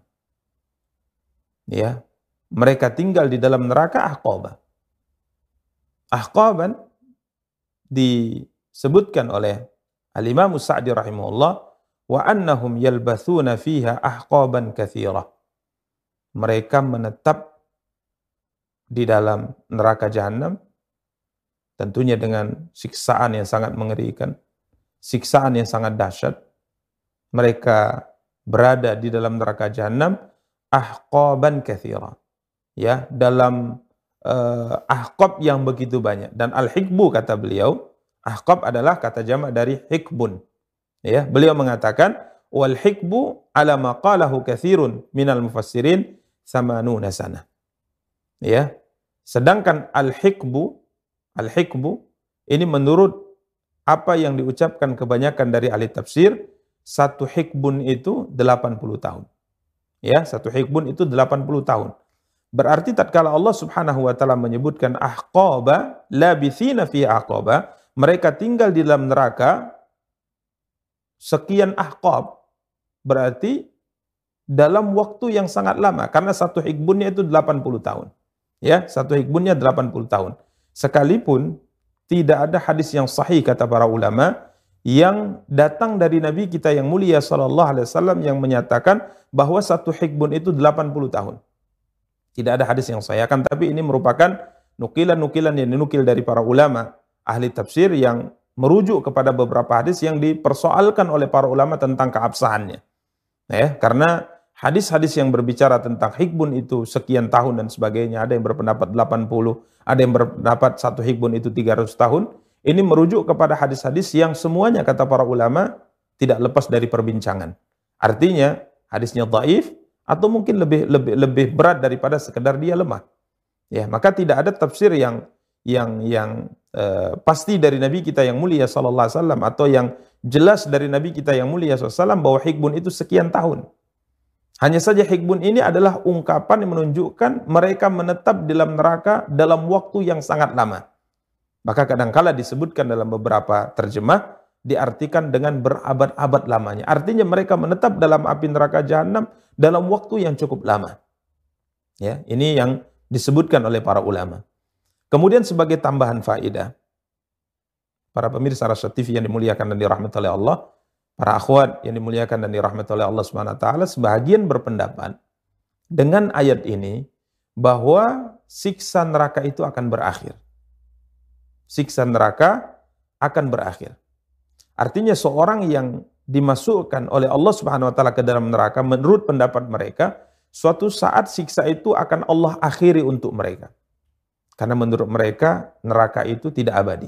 Ya, mereka tinggal di dalam neraka aqaba. Ahqaban disebutkan oleh Al-Imam Sa'di rahimahullah, wa annahum yalbathuna fiha ahqaban katsira. Mereka menetap di dalam neraka jahanam tentunya dengan siksaan yang sangat mengerikan, siksaan yang sangat dahsyat. Mereka berada di dalam neraka jahanam ahqaban katsira. Ya, dalam uh, ahqab yang begitu banyak. Dan al-hikbu, kata beliau, ahqab adalah kata jamak dari hikbun. Ya, beliau mengatakan wal hikbu ala ma qalahu katsirun minal mufassirin samanuna sana. Ya. Sedangkan al-hikbu, al-hikbu ini menurut apa yang diucapkan kebanyakan dari ahli tafsir, satu hikbun itu delapan puluh tahun. Ya, satu hikbun itu delapan puluh tahun. Berarti tatkala Allah Subhanahu wa taala menyebutkan ahqaba, labithina fi aqaba, mereka tinggal di dalam neraka sekian ahqab, berarti dalam waktu yang sangat lama, karena satu hikbunnya itu delapan puluh tahun. Ya, satu hikbunnya delapan puluh tahun. Sekalipun tidak ada hadis yang sahih, kata para ulama, yang datang dari Nabi kita yang mulia sallallahu alaihi wasallam yang menyatakan bahwa satu hikbun itu delapan puluh tahun. Tidak ada hadis yang sahih, kan, tapi ini merupakan nukilan-nukilan yang dinukil dari para ulama ahli tafsir yang merujuk kepada beberapa hadis yang dipersoalkan oleh para ulama tentang keabsahannya. Ya, karena hadis-hadis yang berbicara tentang hikbun itu sekian tahun dan sebagainya, ada yang berpendapat delapan puluh, ada yang berpendapat satu hikbun itu tiga ratus tahun. Ini merujuk kepada hadis-hadis yang semuanya, kata para ulama, tidak lepas dari perbincangan. Artinya hadisnya dhaif atau mungkin lebih lebih lebih berat daripada sekedar dia lemah. Ya, maka tidak ada tafsir yang yang yang uh, pasti dari Nabi kita yang mulia sallallahu alaihi wasallam atau yang jelas dari Nabi kita yang mulia sallallahu alaihi wasallam bahwa hikbun itu sekian tahun. Hanya saja hikbun ini adalah ungkapan yang menunjukkan mereka menetap di dalam neraka dalam waktu yang sangat lama. Maka kadangkala disebutkan dalam beberapa terjemah diartikan dengan berabad-abad lamanya. Artinya mereka menetap dalam api neraka jahanam dalam waktu yang cukup lama. Ya, ini yang disebutkan oleh para ulama. Kemudian sebagai tambahan faedah, para pemirsa Rasyad T V yang dimuliakan dan dirahmati oleh Allah, para akhwat yang dimuliakan dan dirahmati oleh Allah Subhanahu wa taala, sebahagian berpendapat dengan ayat ini bahwa siksa neraka itu akan berakhir. Siksa neraka akan berakhir. Artinya seorang yang dimasukkan oleh Allah Subhanahu wa taala ke dalam neraka, menurut pendapat mereka, suatu saat siksa itu akan Allah akhiri untuk mereka. Karena menurut mereka neraka itu tidak abadi.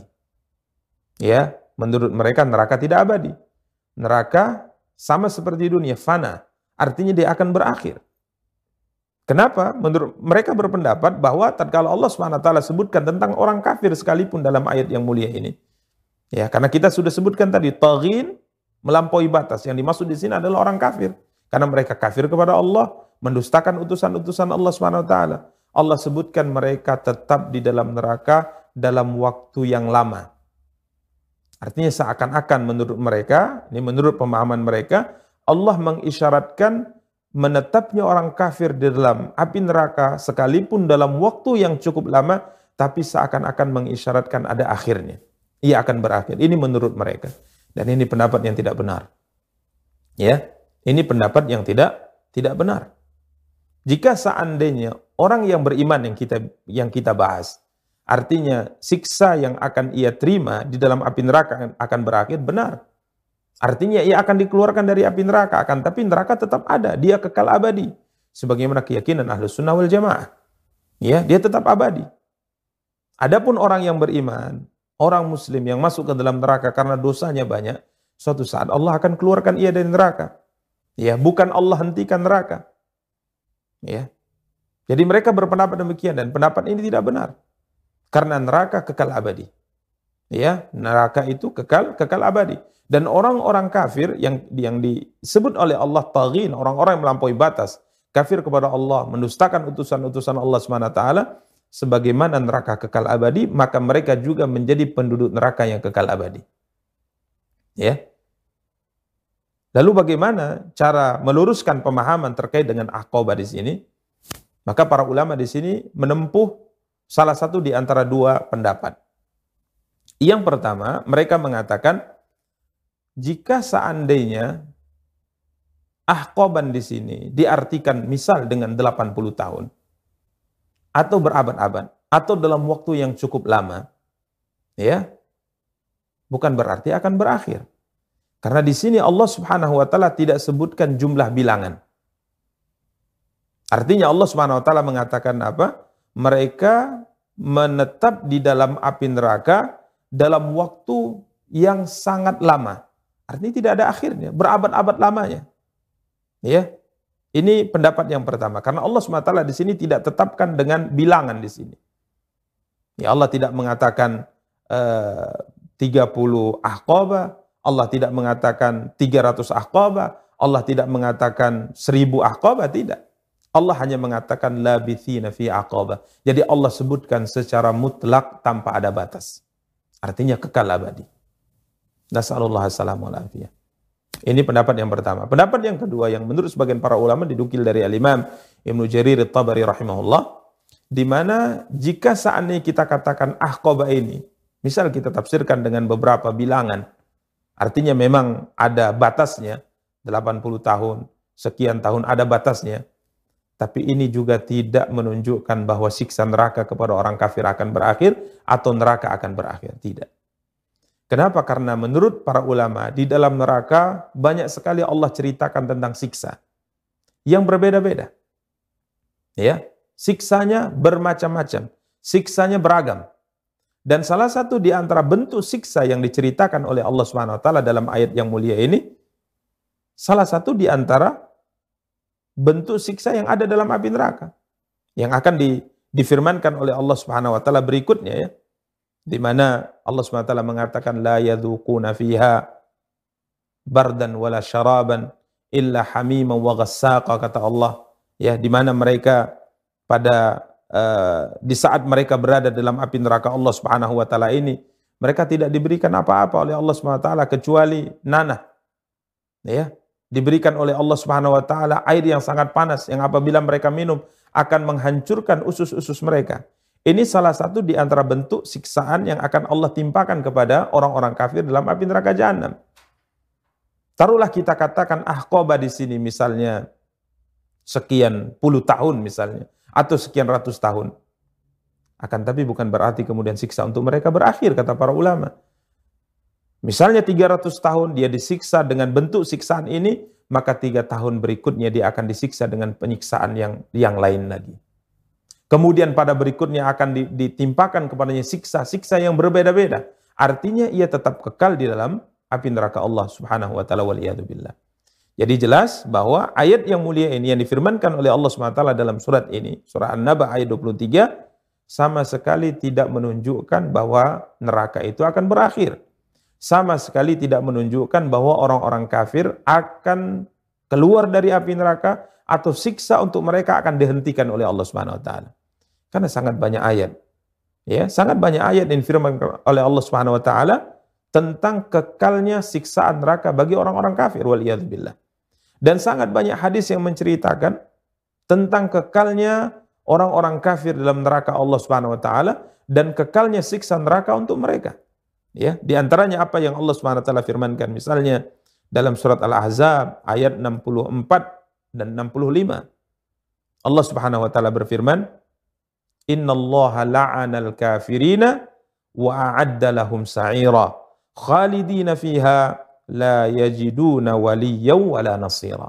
Ya, menurut mereka neraka tidak abadi. Neraka sama seperti dunia, fana. Artinya dia akan berakhir. Kenapa? Menurut mereka berpendapat bahwa tatkala Allah Subhanahu wa taala sebutkan tentang orang kafir sekalipun dalam ayat yang mulia ini. Ya, karena kita sudah sebutkan tadi taghin, melampaui batas. Yang dimaksud di sini adalah orang kafir. Karena mereka kafir kepada Allah, mendustakan utusan-utusan Allah subhanahu wa taala. Allah sebutkan mereka tetap di dalam neraka dalam waktu yang lama. Artinya seakan-akan menurut mereka, ini menurut pemahaman mereka, Allah mengisyaratkan menetapnya orang kafir di dalam api neraka sekalipun dalam waktu yang cukup lama, tapi seakan-akan mengisyaratkan ada akhirnya. Ia akan berakhir. Ini menurut mereka. Dan ini pendapat yang tidak benar. Ya, ini pendapat yang tidak tidak benar. Jika seandainya orang yang beriman yang kita yang kita bahas, artinya siksa yang akan ia terima di dalam api neraka akan berakhir, benar. Artinya ia akan dikeluarkan dari api neraka, akan tapi neraka tetap ada, dia kekal abadi. Sebagaimana keyakinan Ahlus Sunnah wal Jamaah. Ya, dia tetap abadi. Adapun orang yang beriman, orang muslim yang masuk ke dalam neraka karena dosanya banyak, suatu saat Allah akan keluarkan ia dari neraka. Ya, bukan Allah hentikan neraka. Ya. Jadi mereka berpendapat demikian dan pendapat ini tidak benar. Karena neraka kekal abadi. Ya, neraka itu kekal kekal abadi. Dan orang-orang kafir yang yang disebut oleh Allah taghin, orang-orang yang melampaui batas, kafir kepada Allah, mendustakan utusan-utusan Allah Subhanahu wa taala, sebagaimana neraka kekal abadi, maka mereka juga menjadi penduduk neraka yang kekal abadi. Ya. Lalu bagaimana cara meluruskan pemahaman terkait dengan aqabah di sini? Maka para ulama di sini menempuh salah satu di antara dua pendapat. Yang pertama, mereka mengatakan jika seandainya ahqaban di sini diartikan misal dengan delapan puluh tahun atau berabad-abad atau dalam waktu yang cukup lama, ya, bukan berarti akan berakhir. Karena di sini Allah Subhanahu wa taala tidak sebutkan jumlah bilangan. Artinya Allah Subhanahu wa taala mengatakan apa? Mereka menetap di dalam api neraka dalam waktu yang sangat lama. Artinya tidak ada akhirnya, berabad-abad lamanya. Ya. Ini pendapat yang pertama. Karena Allah Subhanahu wa taala di sini tidak tetapkan dengan bilangan di sini. Ya, Allah tidak mengatakan uh, tiga puluh ahqabah, Allah tidak mengatakan tiga ratus ahqabah, Allah tidak mengatakan seribu ahqabah, tidak. Allah hanya mengatakan labithina fi aqabah. Jadi Allah sebutkan secara mutlak tanpa ada batas. Artinya kekal abadi. Nas'alullah as-salamu wal afiyah. Ini pendapat yang pertama. Pendapat yang kedua yang menurut sebagian para ulama dinukil dari Al-Imam Ibnu Jarir At-Tabari rahimahullah, di mana jika seandainya kita katakan ahqabah ini, misal kita tafsirkan dengan beberapa bilangan, artinya memang ada batasnya, delapan puluh tahun, sekian tahun ada batasnya. Tapi ini juga tidak menunjukkan bahwa siksa neraka kepada orang kafir akan berakhir atau neraka akan berakhir. Tidak. Kenapa? Karena menurut para ulama di dalam neraka banyak sekali Allah ceritakan tentang siksa yang berbeda-beda. Ya, siksanya bermacam-macam, siksanya beragam. Dan salah satu di antara bentuk siksa yang diceritakan oleh Allah Subhanahu wa taala dalam ayat yang mulia ini, salah satu di antara bentuk siksa yang ada dalam api neraka yang akan di, difirmankan oleh Allah Subhanahu wa taala berikutnya, ya, di mana Allah Subhanahu wa taala mengatakan la yadzuquna fiha bardan wala syaraban illa hamiman wa ghassaqa, kata Allah, ya, di mana mereka pada Uh, di saat mereka berada dalam api neraka Allah Subhanahu wa taala ini, mereka tidak diberikan apa-apa oleh Allah Subhanahu wa taala kecuali nanah. Ya, diberikan oleh Allah Subhanahu wa taala air yang sangat panas yang apabila mereka minum akan menghancurkan usus-usus mereka. Ini salah satu di antara bentuk siksaan yang akan Allah timpakan kepada orang-orang kafir dalam api neraka Jahannam. Taruhlah kita katakan ahqabah di sini misalnya sekian puluh tahun misalnya, atau sekian ratus tahun. Akan tapi bukan berarti kemudian siksa untuk mereka berakhir, kata para ulama. Misalnya tiga ratus tahun dia disiksa dengan bentuk siksaan ini, maka tiga tahun berikutnya dia akan disiksa dengan penyiksaan yang yang lain lagi. Kemudian pada berikutnya akan ditimpakan kepadanya siksa-siksa yang berbeda-beda. Artinya ia tetap kekal di dalam api neraka Allah Subhanahu wa taala wal iyadu billah. Jadi jelas bahwa ayat yang mulia ini yang difirmankan oleh Allah subhanahu wa taala dalam surat ini, surah An-Naba ayat dua puluh tiga, sama sekali tidak menunjukkan bahwa neraka itu akan berakhir. Sama sekali tidak menunjukkan bahwa orang-orang kafir akan keluar dari api neraka, atau siksa untuk mereka akan dihentikan oleh Allah Subhanahu wa taala. Karena sangat banyak ayat. Ya, sangat banyak ayat yang difirmankan oleh Allah Subhanahu wa taala tentang kekalnya siksaan neraka bagi orang-orang kafir, waliyadzubillah. Dan sangat banyak hadis yang menceritakan tentang kekalnya orang-orang kafir dalam neraka Allah Subhanahu wa taala dan kekalnya siksa neraka untuk mereka. Ya, di antaranya apa yang Allah Subhanahu wa taala firmankan, misalnya dalam surat Al-Ahzab ayat enam puluh empat dan enam puluh lima. Allah Subhanahu wa taala berfirman, "Innallaha la'anal kafirina wa a'adda lahum sa'ira khalidina fiha la yajiduna waliyyan wala nasira."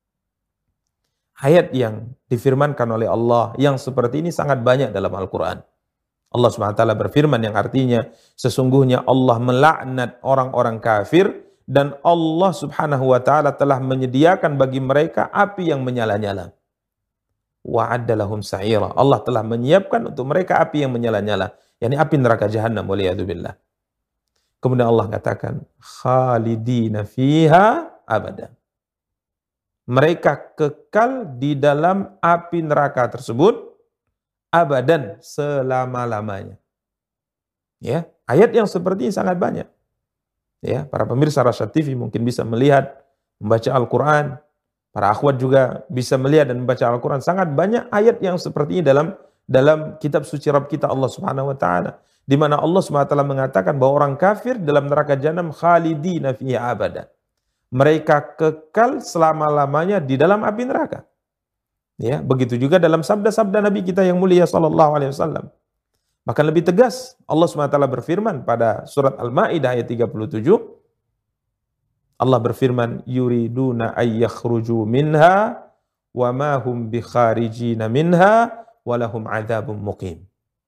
Ayat yang difirmankan oleh Allah yang seperti ini sangat banyak dalam Al-Quran. Allah subhanahu wa taala berfirman yang artinya sesungguhnya Allah melaknat orang-orang kafir dan Allah subhanahu wa taala telah menyediakan bagi mereka api yang menyala-nyala. Wa'adda lahum sa'ira. Allah telah menyiapkan untuk mereka api yang menyala-nyala, yakni api neraka jahannam, waliyadzubillah. Kemudian Allah katakan khalidina fiha abada. Mereka kekal di dalam api neraka tersebut abadan, selama-lamanya. Ya, ayat yang seperti ini sangat banyak. Ya, para pemirsa Rasyad T V mungkin bisa melihat, membaca Al-Quran. Para akhwat juga bisa melihat dan membaca Al-Quran. Sangat banyak ayat yang seperti ini dalam dalam kitab suci Rabb kita Allah Subhanahu wa taala, di mana Allah Subhanahu wa taala mengatakan bahwa orang kafir dalam neraka jahanam khalidina fiha abada. Mereka kekal selama-lamanya di dalam api neraka. Ya, begitu juga dalam sabda-sabda Nabi kita yang mulia sallallahu alaihi wasallam. Bahkan lebih tegas, Allah subhanahu wa taala berfirman pada surat Al-Maidah ayat tiga puluh tujuh. Allah berfirman, yuriduna ayyakhruju minha wa ma hum bikharijina minha wa lahum adzabun muqim.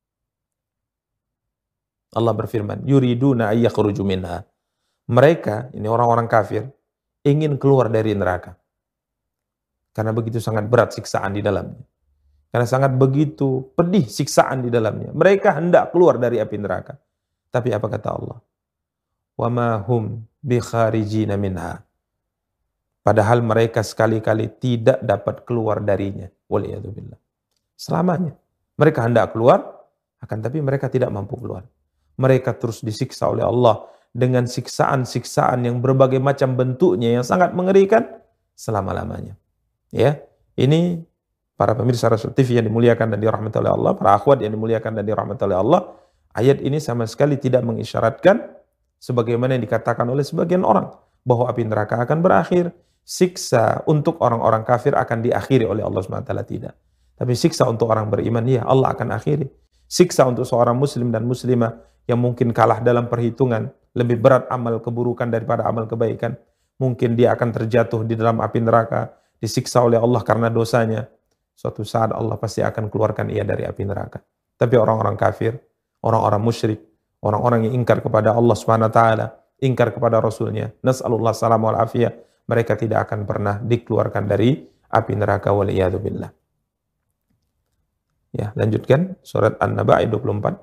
Allah berfirman, yuriduna ayyakhruju minha. Mereka, ini orang-orang kafir, ingin keluar dari neraka. Karena begitu sangat berat siksaan di dalamnya. Karena sangat begitu pedih siksaan di dalamnya. Mereka hendak keluar dari api neraka. Tapi apa kata Allah? Wa ma hum bikharijina minha. Padahal mereka sekali-kali tidak dapat keluar darinya. Waliyadzubillah. Selamanya. Mereka hendak keluar, akan tapi mereka tidak mampu keluar. Mereka terus disiksa oleh Allah dengan siksaan-siksaan yang berbagai macam bentuknya yang sangat mengerikan selama-lamanya. Ya, ini para pemirsa Rasyad T V yang dimuliakan dan dirahmati oleh Allah, para akhwat yang dimuliakan dan dirahmati oleh Allah, ayat ini sama sekali tidak mengisyaratkan sebagaimana yang dikatakan oleh sebagian orang bahwa api neraka akan berakhir, siksa untuk orang-orang kafir akan diakhiri oleh Allah subhanahu wa taala, tidak. Tapi siksa untuk orang beriman, ya Allah akan akhiri. Siksa untuk seorang muslim dan muslimah yang mungkin kalah dalam perhitungan, lebih berat amal keburukan daripada amal kebaikan, mungkin dia akan terjatuh di dalam api neraka, disiksa oleh Allah karena dosanya. Suatu saat Allah pasti akan keluarkan ia dari api neraka. Tapi orang-orang kafir, orang-orang musyrik, orang-orang yang ingkar kepada Allah subhanahu wa taala, ingkar kepada Rasulnya, nas'alullah salam wal afiyah, mereka tidak akan pernah dikeluarkan dari api neraka, waliyadzubillah. Ya, lanjutkan surat An-Naba ayat dua puluh empat.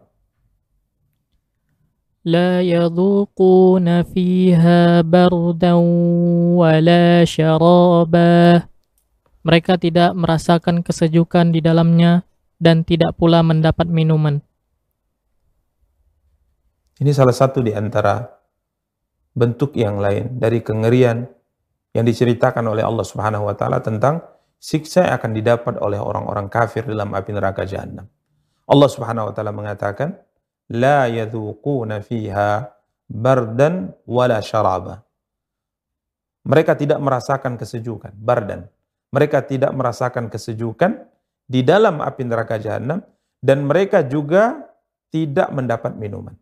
La yadhuquna fiha bardan wala syaraba. Mereka tidak merasakan kesejukan di dalamnya dan tidak pula mendapat minuman. Ini salah satu di antara bentuk yang lain dari kengerian yang diceritakan oleh Allah Subhanahu wa taala tentang siksa yang akan didapat oleh orang-orang kafir dalam api neraka Jahannam. Allah Subhanahu wa taala mengatakan, la yadhuquna fiha bardan wala syaraba. Mereka tidak merasakan kesejukan, bardan. Mereka tidak merasakan kesejukan di dalam api neraka Jahannam dan mereka juga tidak mendapat minuman.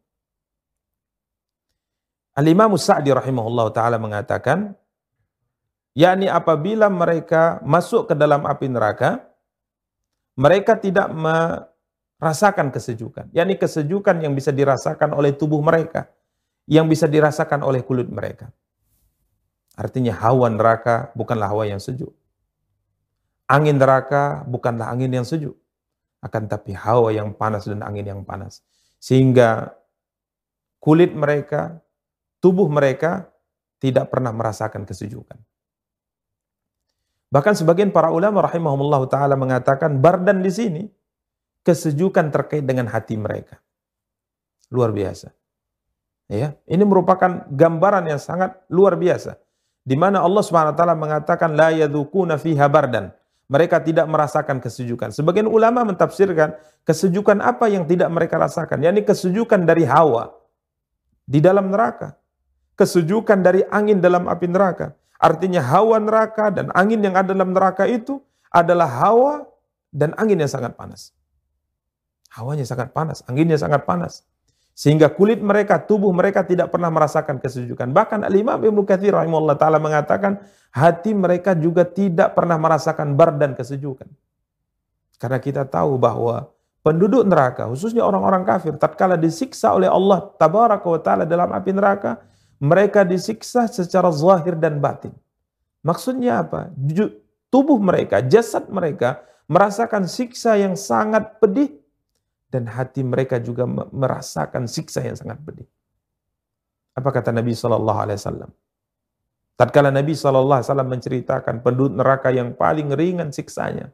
Al-Imam Sa'di rahimahullah ta'ala mengatakan, yakni apabila mereka masuk ke dalam api neraka, mereka tidak merasakan kesejukan. Yakni kesejukan yang bisa dirasakan oleh tubuh mereka, yang bisa dirasakan oleh kulit mereka. Artinya hawa neraka bukanlah hawa yang sejuk. Angin neraka bukanlah angin yang sejuk. Akan tapi hawa yang panas dan angin yang panas. Sehingga kulit mereka, tubuh mereka tidak pernah merasakan kesejukan. Bahkan sebagian para ulama rahimahumullah ta'ala mengatakan bardan di sini kesejukan terkait dengan hati mereka. Luar biasa. Ya, ini merupakan gambaran yang sangat luar biasa. Di mana Allah Subhanahu wa taala mengatakan la yadzuquna fiha bardan. Mereka tidak merasakan kesejukan. Sebagian ulama mentafsirkan kesejukan apa yang tidak mereka rasakan, yakni kesejukan dari hawa di dalam neraka. Kesejukan dari angin dalam api neraka. Artinya hawa neraka dan angin yang ada dalam neraka itu adalah hawa dan angin yang sangat panas. Hawanya sangat panas, anginnya sangat panas. Sehingga kulit mereka, tubuh mereka tidak pernah merasakan kesejukan. Bahkan Al-Imam Ibnu Katsir rahimahullah ta'ala mengatakan, hati mereka juga tidak pernah merasakan bar dan kesejukan. Karena kita tahu bahwa penduduk neraka, khususnya orang-orang kafir, tatkala disiksa oleh Allah tabaraka wa ta'ala dalam api neraka, mereka disiksa secara zahir dan batin. Maksudnya apa? Tubuh mereka, jasad mereka merasakan siksa yang sangat pedih dan hati mereka juga merasakan siksa yang sangat pedih. Apa kata Nabi sallallahu alaihi wasallam? Tatkala Nabi sallallahu alaihi wasallam menceritakan penduduk neraka yang paling ringan siksanya,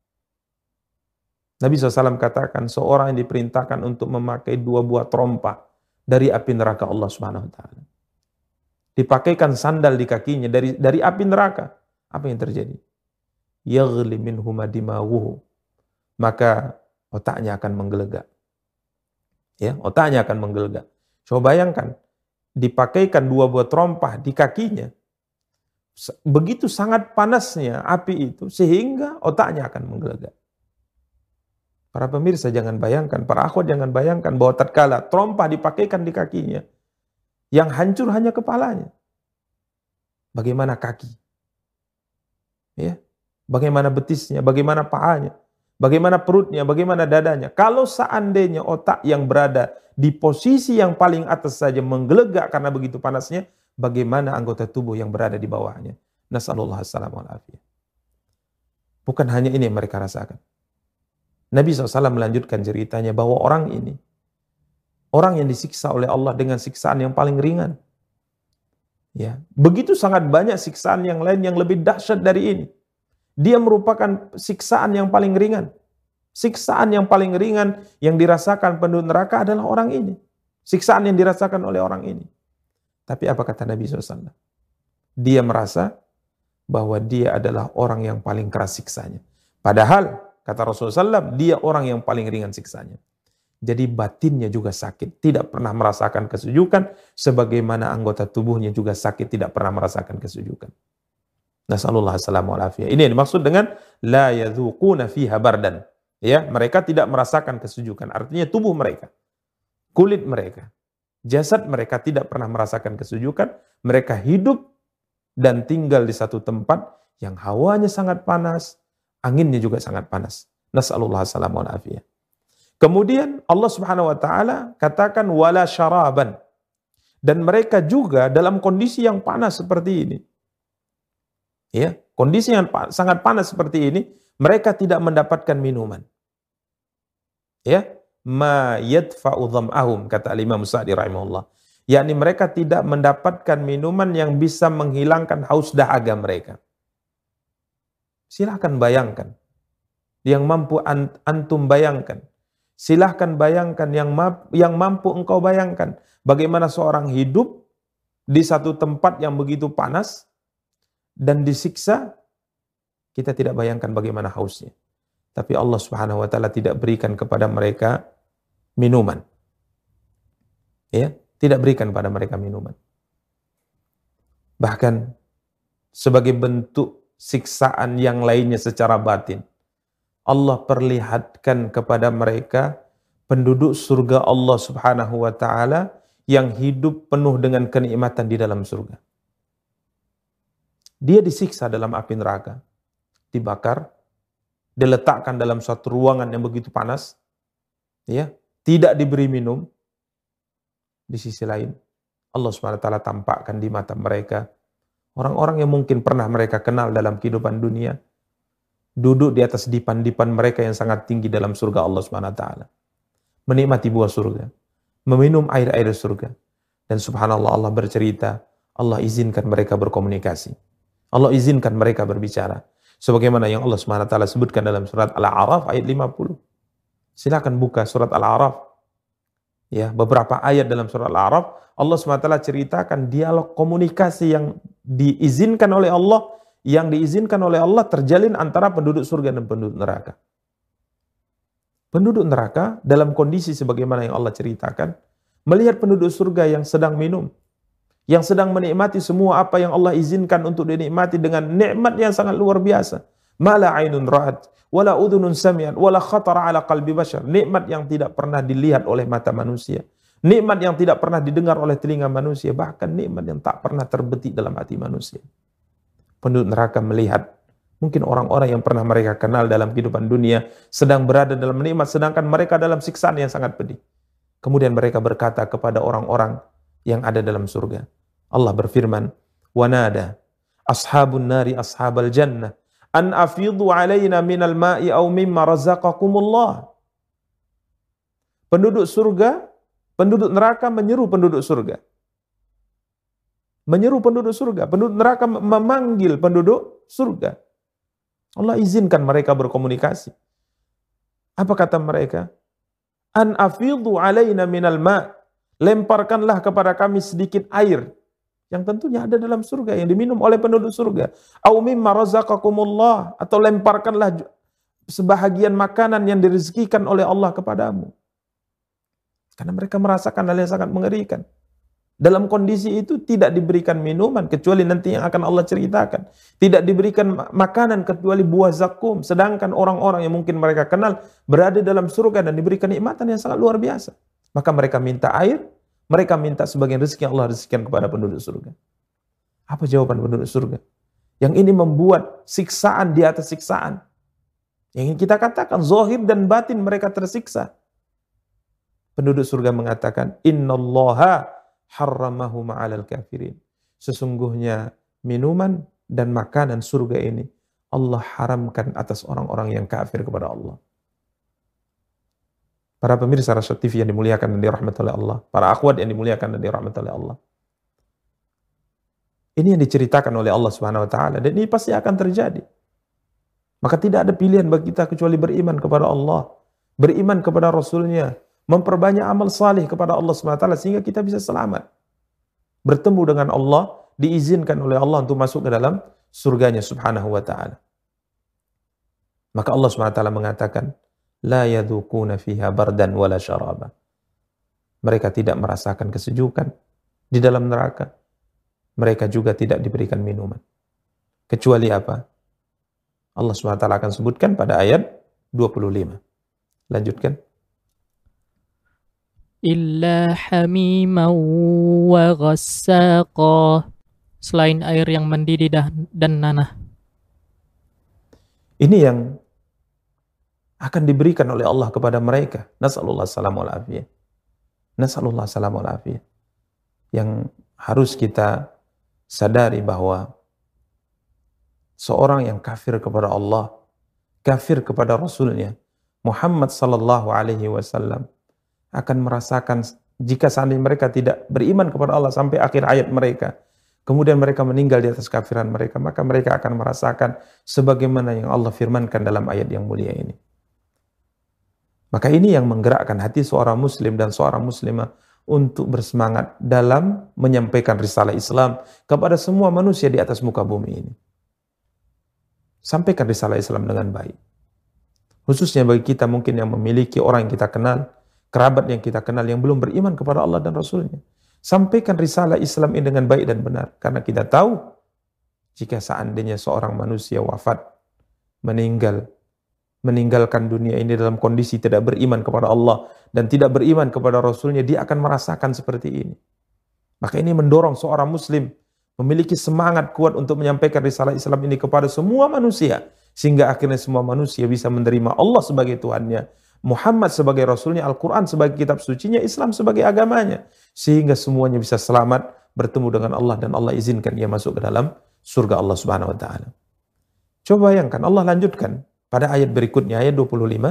Nabi shallallahu alaihi wasallam katakan seorang yang diperintahkan untuk memakai dua buah trompa dari api neraka Allah Subhanahu wa taala. Dipakaikan sandal di kakinya dari dari api neraka. Apa yang terjadi? Yaghli minhuma dimaghuhu. Maka otaknya akan menggelegak. Ya, otaknya akan menggelegak. Coba bayangkan, dipakaikan dua buah terompah di kakinya. Begitu sangat panasnya api itu sehingga otaknya akan menggelegak. Para pemirsa jangan bayangkan, para akhwat jangan bayangkan bahwa tatkala terompah dipakaikan di kakinya, yang hancur hanya kepalanya. Bagaimana kaki? Ya. Bagaimana betisnya? Bagaimana pahanya? Bagaimana perutnya? Bagaimana dadanya? Kalau seandainya otak yang berada di posisi yang paling atas saja menggelegak karena begitu panasnya, bagaimana anggota tubuh yang berada di bawahnya? Nasallallahu assalamu alaihi. Bukan hanya ini yang mereka rasakan. Nabi shallallahu alaihi wasallam melanjutkan ceritanya bahwa orang ini, orang yang disiksa oleh Allah dengan siksaan yang paling ringan. Ya, begitu sangat banyak siksaan yang lain yang lebih dahsyat dari ini. Dia merupakan siksaan yang paling ringan. Siksaan yang paling ringan yang dirasakan penduduk neraka adalah orang ini. Siksaan yang dirasakan oleh orang ini. Tapi apa kata Nabi shallallahu alaihi wasallam? Dia merasa bahwa dia adalah orang yang paling keras siksanya. Padahal, kata Rasulullah shallallahu alaihi wasallam, dia orang yang paling ringan siksanya. Jadi batinnya juga sakit, tidak pernah merasakan kesejukan, sebagaimana anggota tubuhnya juga sakit, tidak pernah merasakan kesejukan. Nasallallahu assalamu alaihi. Ini yang dimaksud dengan la yadzuquna fiha bardan. Ya, mereka tidak merasakan kesejukan, artinya tubuh mereka, kulit mereka, jasad mereka tidak pernah merasakan kesejukan. Mereka hidup dan tinggal di satu tempat yang hawanya sangat panas, anginnya juga sangat panas. Nasallallahu assalamu alaihi. Kemudian Allah Subhanahu wa taala katakan wala syaraban. Dan mereka juga dalam kondisi yang panas seperti ini. Ya, kondisi yang pa- sangat panas seperti ini, mereka tidak mendapatkan minuman. Ya, ma yadfa'u dham'ahum, kata Imam Sa'di rahimahullah. Yakni mereka tidak mendapatkan minuman yang bisa menghilangkan haus dahaga mereka. Silahkan bayangkan. Yang mampu antum bayangkan. Silahkan bayangkan yang, yang mampu engkau bayangkan. Bagaimana seorang hidup di satu tempat yang begitu panas dan disiksa. Kita tidak bayangkan bagaimana hausnya. Tapi Allah Subhanahu wa taala tidak berikan kepada mereka minuman. Ya, tidak berikan pada mereka minuman. Bahkan sebagai bentuk siksaan yang lainnya secara batin, Allah perlihatkan kepada mereka penduduk surga Allah Subhanahu wa taala yang hidup penuh dengan kenikmatan di dalam surga. Dia disiksa dalam api neraka, dibakar, diletakkan dalam suatu ruangan yang begitu panas, ya, tidak diberi minum. Di sisi lain, Allah Subhanahu wa taala tampakkan di mata mereka orang-orang yang mungkin pernah mereka kenal dalam kehidupan dunia, duduk di atas dipan-dipan mereka yang sangat tinggi dalam surga Allah Subhanahu wa taala. Menikmati buah surga, meminum air-air surga. Dan subhanallah, Allah bercerita, Allah izinkan mereka berkomunikasi. Allah izinkan mereka berbicara. Sebagaimana yang Allah Subhanahu wa taala sebutkan dalam surat Al-A'raf ayat lima puluh. Silakan buka surat Al-A'raf. Ya, beberapa ayat dalam surat Al-A'raf Allah Subhanahu wa taala ceritakan dialog komunikasi yang diizinkan oleh Allah, yang diizinkan oleh Allah terjalin antara penduduk surga dan penduduk neraka. Penduduk neraka dalam kondisi sebagaimana yang Allah ceritakan, melihat penduduk surga yang sedang minum, yang sedang menikmati semua apa yang Allah izinkan untuk dinikmati dengan nikmat yang sangat luar biasa. Mala ainun ra'at, wala udhunun sami'at, wala khatara ala qalbi bashar. Nikmat yang tidak pernah dilihat oleh mata manusia. Nikmat yang tidak pernah didengar oleh telinga manusia. Bahkan nikmat yang tak pernah terbetik dalam hati manusia. Penduduk neraka melihat, mungkin orang-orang yang pernah mereka kenal dalam kehidupan dunia sedang berada dalam nikmat, sedangkan mereka dalam siksaan yang sangat pedih. Kemudian mereka berkata kepada orang-orang yang ada dalam surga. Allah berfirman, "Wanada ashabun nari ashabal jannah an afidhu alaina minal ma'i aw mimma razaqakumullah." Penduduk surga, penduduk neraka menyeru penduduk surga. Menyeru penduduk surga. Penduduk neraka memanggil penduduk surga. Allah izinkan mereka berkomunikasi. Apa kata mereka? An afidhu alaina minal ma'. Lemparkanlah kepada kami sedikit air yang tentunya ada dalam surga, yang diminum oleh penduduk surga. Au mimma razaqakumullah, atau lemparkanlah sebahagian makanan yang direzekikan oleh Allah kepadamu. Karena mereka merasakan hal yang sangat mengerikan. Dalam kondisi itu tidak diberikan minuman kecuali nanti yang akan Allah ceritakan. Tidak diberikan makanan kecuali buah zakum. Sedangkan orang-orang yang mungkin mereka kenal berada dalam surga dan diberikan nikmatan yang sangat luar biasa. Maka mereka minta air, mereka minta sebagian rezeki yang Allah rezekikan kepada penduduk surga. Apa jawaban penduduk surga? Yang ini membuat siksaan di atas siksaan. Yang ingin kita katakan, zahir dan batin mereka tersiksa. Penduduk surga mengatakan, innallaha harramahu ma'alal kafirin. Sesungguhnya minuman dan makanan surga ini Allah haramkan atas orang-orang yang kafir kepada Allah. Para pemirsa Rasyad T V yang dimuliakan dan dirahmati oleh Allah, para akhwat yang dimuliakan dan dirahmati oleh Allah. Ini yang diceritakan oleh Allah Subhanahu wa taala dan ini pasti akan terjadi. Maka tidak ada pilihan bagi kita kecuali beriman kepada Allah, beriman kepada Rasulnya, memperbanyak amal salih kepada Allah Subhanahu wa taala sehingga kita bisa selamat. Bertemu dengan Allah, diizinkan oleh Allah untuk masuk ke dalam surganya Subhanahu wa taala. Maka Allah Subhanahu wa taala mengatakan, la yadhuquna fiha bardan wala syaraba. Mereka tidak merasakan kesejukan di dalam neraka. Mereka juga tidak diberikan minuman. Kecuali apa? Allah Subhanahu wa taala akan sebutkan pada ayat dua puluh lima. Lanjutkan. Illa hamiman wa ghassaqa. Selain air yang mendidih dan nanah. Ini yang akan diberikan oleh Allah kepada mereka. Nas'alullah salamul afiyah. Nas'alullah salamul afiyah. Yang harus kita sadari bahwa seorang yang kafir kepada Allah, kafir kepada Rasulnya, Muhammad sallallahu alaihi wasallam, akan merasakan jika seandainya mereka tidak beriman kepada Allah sampai akhir ayat mereka, kemudian mereka meninggal di atas kafiran mereka, maka mereka akan merasakan sebagaimana yang Allah firmankan dalam ayat yang mulia ini. Maka ini yang menggerakkan hati seorang muslim dan seorang muslimah untuk bersemangat dalam menyampaikan risalah Islam kepada semua manusia di atas muka bumi ini. Sampaikan risalah Islam dengan baik. Khususnya bagi kita mungkin yang memiliki orang yang kita kenal, kerabat yang kita kenal yang belum beriman kepada Allah dan Rasulnya. Sampaikan risalah Islam ini dengan baik dan benar. Karena kita tahu, jika seandainya seorang manusia wafat, meninggal, meninggalkan dunia ini dalam kondisi tidak beriman kepada Allah dan tidak beriman kepada Rasulnya, dia akan merasakan seperti ini. Maka ini mendorong seorang muslim memiliki semangat kuat untuk menyampaikan risalah Islam ini kepada semua manusia, sehingga akhirnya semua manusia bisa menerima Allah sebagai Tuhannya, Muhammad sebagai Rasulnya, Al-Quran sebagai kitab sucinya, Islam sebagai agamanya, sehingga semuanya bisa selamat bertemu dengan Allah dan Allah izinkan ia masuk ke dalam surga Allah Subhanahu wa taala. Coba bayangkan, Allah lanjutkan pada ayat berikutnya, ayat dua puluh lima,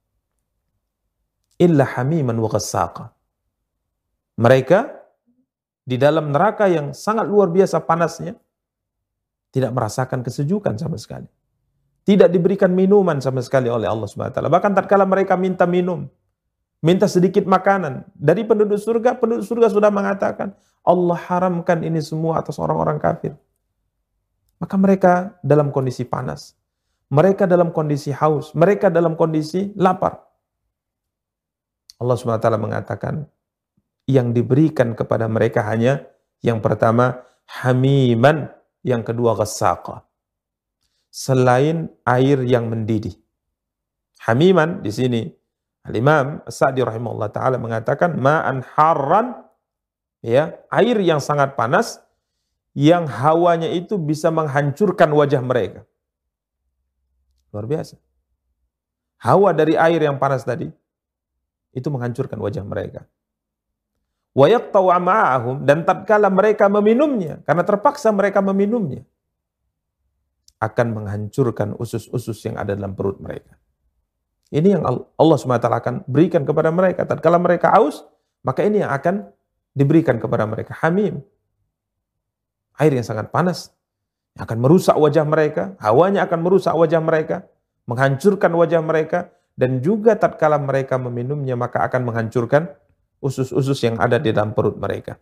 illa hamiman wa ghassaqa. Mereka di dalam neraka yang sangat luar biasa panasnya tidak merasakan kesejukan sama sekali. tidak diberikan minuman sama sekali oleh Allah Subhanahu wa taala. Bahkan tatkala mereka minta minum, minta sedikit makanan dari penduduk surga, penduduk surga sudah mengatakan, Allah haramkan ini semua atas orang-orang kafir. Maka mereka dalam kondisi panas, mereka dalam kondisi haus, mereka dalam kondisi lapar. Allah Subhanahu wa taala mengatakan, yang diberikan kepada mereka hanya yang pertama hamiman, yang kedua ghassaqa. Selain air yang mendidih. Hamiman di sini Al-Imam As-Sa'di rahimahullah taala mengatakan ma'an harran, ya, air yang sangat panas yang hawanya itu bisa menghancurkan wajah mereka. Luar biasa. Hawa dari air yang panas tadi itu menghancurkan wajah mereka. Wa yaqta'u am'a'ahum, dan tatkala mereka meminumnya, karena terpaksa mereka meminumnya, akan menghancurkan usus-usus yang ada dalam perut mereka. Ini yang Allah subhanahu wa taala akan berikan kepada mereka. Tatkala mereka haus, maka ini yang akan diberikan kepada mereka. Hamim. Air yang sangat panas, yang akan merusak wajah mereka, hawanya akan merusak wajah mereka, menghancurkan wajah mereka, dan juga tatkala mereka meminumnya, maka akan menghancurkan usus-usus yang ada di dalam perut mereka.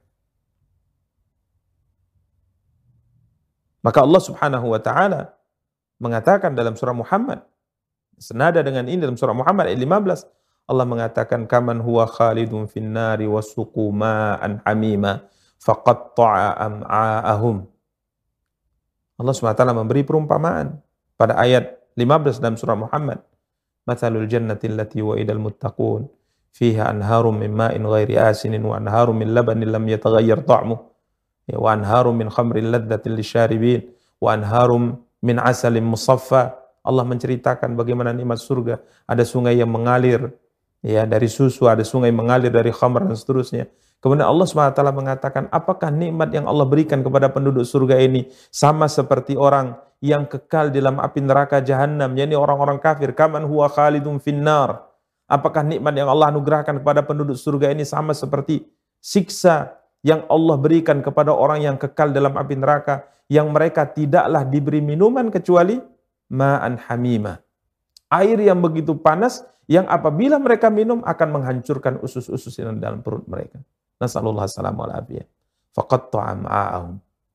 Maka Allah subhanahu wa ta'ala mengatakan dalam surah Muhammad, senada dengan ini dalam surah Muhammad ayat lima belas, Allah mengatakan, kaman huwa khalidun finnari wasuqu ma'an hamima faqatta'a am'a'ahum. Allah subhanahu wa ta'ala memberi perumpamaan pada ayat lima belas dalam surah Muhammad. Mathalul jannati allati wa'idal muttaqun fiha anharum min ma'in ghairi asinin wa anharum min labanin lam yataghayyar ta'muh wa anharum min khamrin ladzatin lisyaribin wa anharum min asalin musaffa. Allah menceritakan bagaimana nikmat surga, ada sungai yang mengalir ya dari susu, ada sungai mengalir dari khamr dan seterusnya. Kemudian Allah subhanahu wa taala mengatakan, apakah nikmat yang Allah berikan kepada penduduk surga ini sama seperti orang yang kekal dalam api neraka jahanam, yakni orang-orang kafir, kaman huwa khalidun finnar. Apakah nikmat yang Allah anugerahkan kepada penduduk surga ini sama seperti siksa yang Allah berikan kepada orang yang kekal dalam api neraka, yang mereka tidaklah diberi minuman kecuali ma'an hamima, air yang begitu panas yang apabila mereka minum akan menghancurkan usus-usus yang dalam perut mereka. Nasallallahu alaihi wa sallam. Faqatta'a ma'ahum.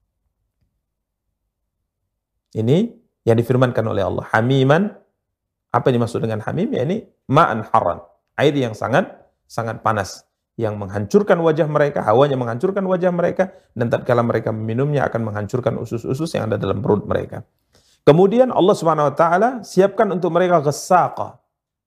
Ini yang difirmankan oleh Allah. Hamiman, apa yang dimaksud dengan hamim? Ya ini ma'an harran, air yang sangat sangat panas yang menghancurkan wajah mereka, hawanya menghancurkan wajah mereka, dan tatkala mereka meminumnya akan menghancurkan usus-usus yang ada dalam perut mereka. Kemudian Allah Subhanahu wa taala siapkan untuk mereka ghassaqa.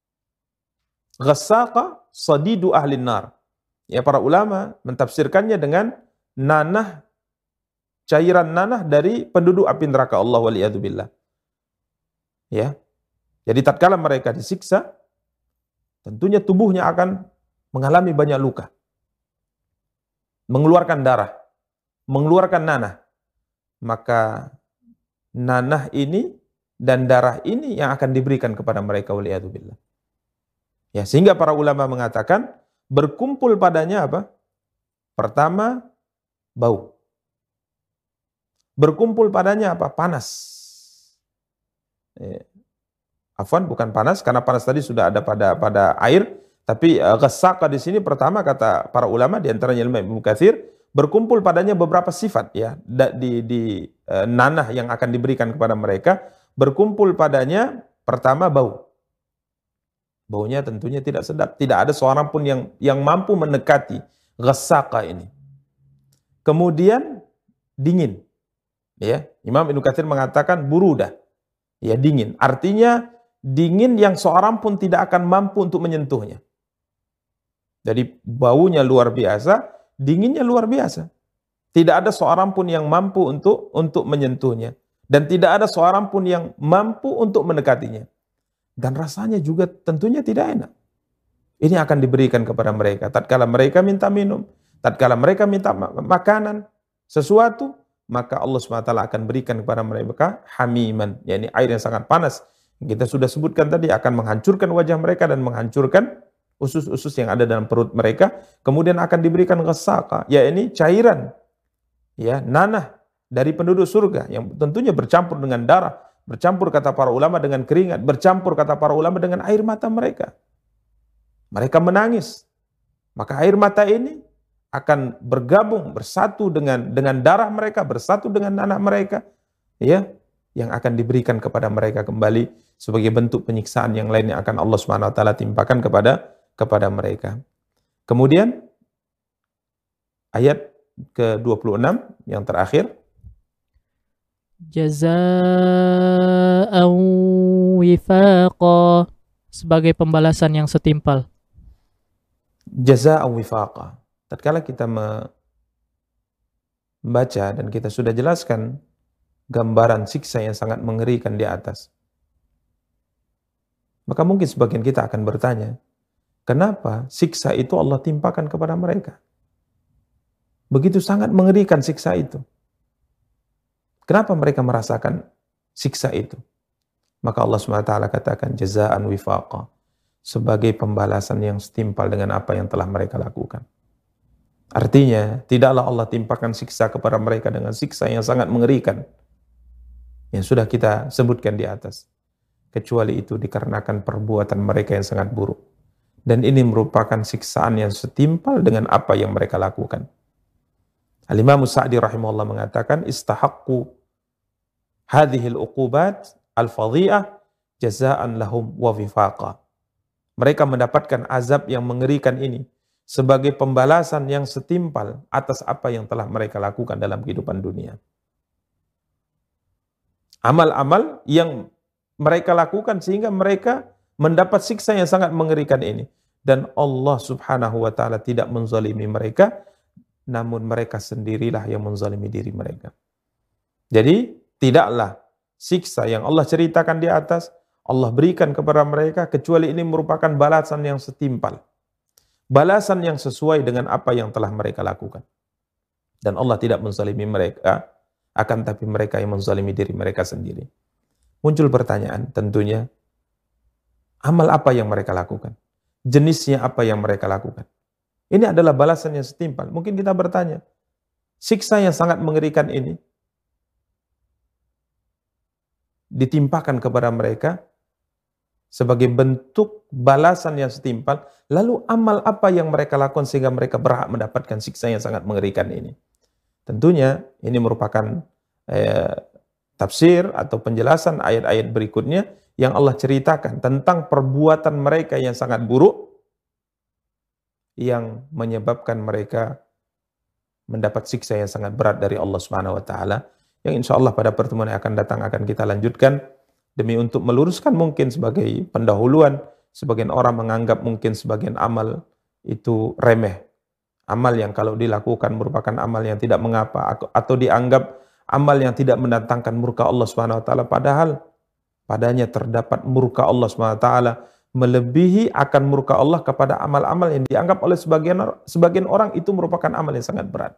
Ghassaqa sadidu ahlin nar. Ya, para ulama mentafsirkannya dengan nanah, cairan nanah dari penduduk api neraka, Allah waliyadzubillah. Ya. Jadi tatkala mereka disiksa, tentunya tubuhnya akan mengalami banyak luka, mengeluarkan darah, mengeluarkan nanah. Maka nanah ini dan darah ini yang akan diberikan kepada mereka waliyadzubillah. Ya, sehingga para ulama mengatakan berkumpul padanya apa? Pertama, bau. Berkumpul padanya apa? Panas. Ya. Afwan, bukan panas, karena panas tadi sudah ada pada pada air. Tapi uh, ghassaqa di sini pertama kata para ulama, di antaranya Ibnu Katsir, berkumpul padanya beberapa sifat ya di di uh, nanah yang akan diberikan kepada mereka. Berkumpul padanya pertama bau. Baunya tentunya tidak sedap. Tidak ada seorang pun yang yang mampu mendekati ghassaqa ini. Kemudian dingin. Ya, Imam Ibnu Katsir mengatakan burudah. Ya, dingin. Artinya dingin yang seorang pun tidak akan mampu untuk menyentuhnya. Jadi baunya luar biasa, dinginnya luar biasa. Tidak ada seorang pun yang mampu untuk untuk menyentuhnya, dan tidak ada seorang pun yang mampu untuk mendekatinya. Dan rasanya juga tentunya tidak enak. Ini akan diberikan kepada mereka tatkala mereka minta minum, tatkala mereka minta makanan, sesuatu, maka Allah subhanahu wa taala akan berikan kepada mereka hamiman, yakni air yang sangat panas. Kita sudah sebutkan tadi akan menghancurkan wajah mereka dan menghancurkan usus-usus yang ada dalam perut mereka. Kemudian akan diberikan ghassaqa, yakni cairan, ya, nanah dari penduduk surga yang tentunya bercampur dengan darah, bercampur kata para ulama dengan keringat, bercampur kata para ulama dengan air mata mereka. Mereka menangis. Maka air mata ini akan bergabung, bersatu dengan dengan darah mereka, bersatu dengan anak mereka, ya, yang akan diberikan kepada mereka kembali sebagai bentuk penyiksaan yang lain yang akan Allah Subhanahu wa taala timpakan kepada kepada mereka. Kemudian ayat ke dua puluh enam yang terakhir, jazaa'an wifaqa, sebagai pembalasan yang setimpal. Jazaa'an wifaqa. Tatkala kita membaca dan kita sudah jelaskan gambaran siksa yang sangat mengerikan di atas, maka mungkin sebagian kita akan bertanya, kenapa siksa itu Allah timpakan kepada mereka? Begitu sangat mengerikan siksa itu. Kenapa mereka merasakan siksa itu? Maka Allah subhanahu wa taala katakan jazaa'an wifaqa, sebagai pembalasan yang setimpal dengan apa yang telah mereka lakukan. Artinya, tidaklah Allah timpakan siksa kepada mereka dengan siksa yang sangat mengerikan yang sudah kita sebutkan di atas, kecuali itu dikarenakan perbuatan mereka yang sangat buruk. Dan ini merupakan siksaan yang setimpal dengan apa yang mereka lakukan. Al-Imam Sa'di rahimahullah mengatakan, istahaqqu hadhil uqubat al-fadhi'ah jazaan lahum wa wifaqa. Mereka mendapatkan azab yang mengerikan ini sebagai pembalasan yang setimpal atas apa yang telah mereka lakukan dalam kehidupan dunia. Amal-amal yang mereka lakukan sehingga mereka mendapat siksa yang sangat mengerikan ini. Dan Allah subhanahu wa ta'ala tidak menzalimi mereka, namun mereka sendirilah yang menzalimi diri mereka. Jadi, tidaklah siksa yang Allah ceritakan di atas, Allah berikan kepada mereka, kecuali ini merupakan balasan yang setimpal. Balasan yang sesuai dengan apa yang telah mereka lakukan. Dan Allah tidak menzalimi mereka, akan tapi mereka yang menzalimi diri mereka sendiri. Muncul pertanyaan, tentunya, amal apa yang mereka lakukan? Jenisnya apa yang mereka lakukan? Ini adalah balasan yang setimpal. Mungkin kita bertanya, siksa yang sangat mengerikan ini ditimpakan kepada mereka sebagai bentuk balasan yang setimpal, lalu amal apa yang mereka lakukan sehingga mereka berhak mendapatkan siksa yang sangat mengerikan ini? Tentunya ini merupakan eh, tafsir atau penjelasan ayat-ayat berikutnya yang Allah ceritakan tentang perbuatan mereka yang sangat buruk yang menyebabkan mereka mendapat siksa yang sangat berat dari Allah Subhanahu wa taala, yang insya Allah pada pertemuan yang akan datang akan kita lanjutkan demi untuk meluruskan mungkin sebagai pendahuluan. Sebagian orang menganggap mungkin sebagian amal itu remeh, amal yang kalau dilakukan merupakan amal yang tidak mengapa, atau dianggap amal yang tidak mendatangkan murka Allah Subhanahu wa taala, padahal padanya terdapat murka Allah Subhanahu wa taala melebihi akan murka Allah kepada amal-amal yang dianggap oleh sebagian sebagian orang itu merupakan amal yang sangat berat.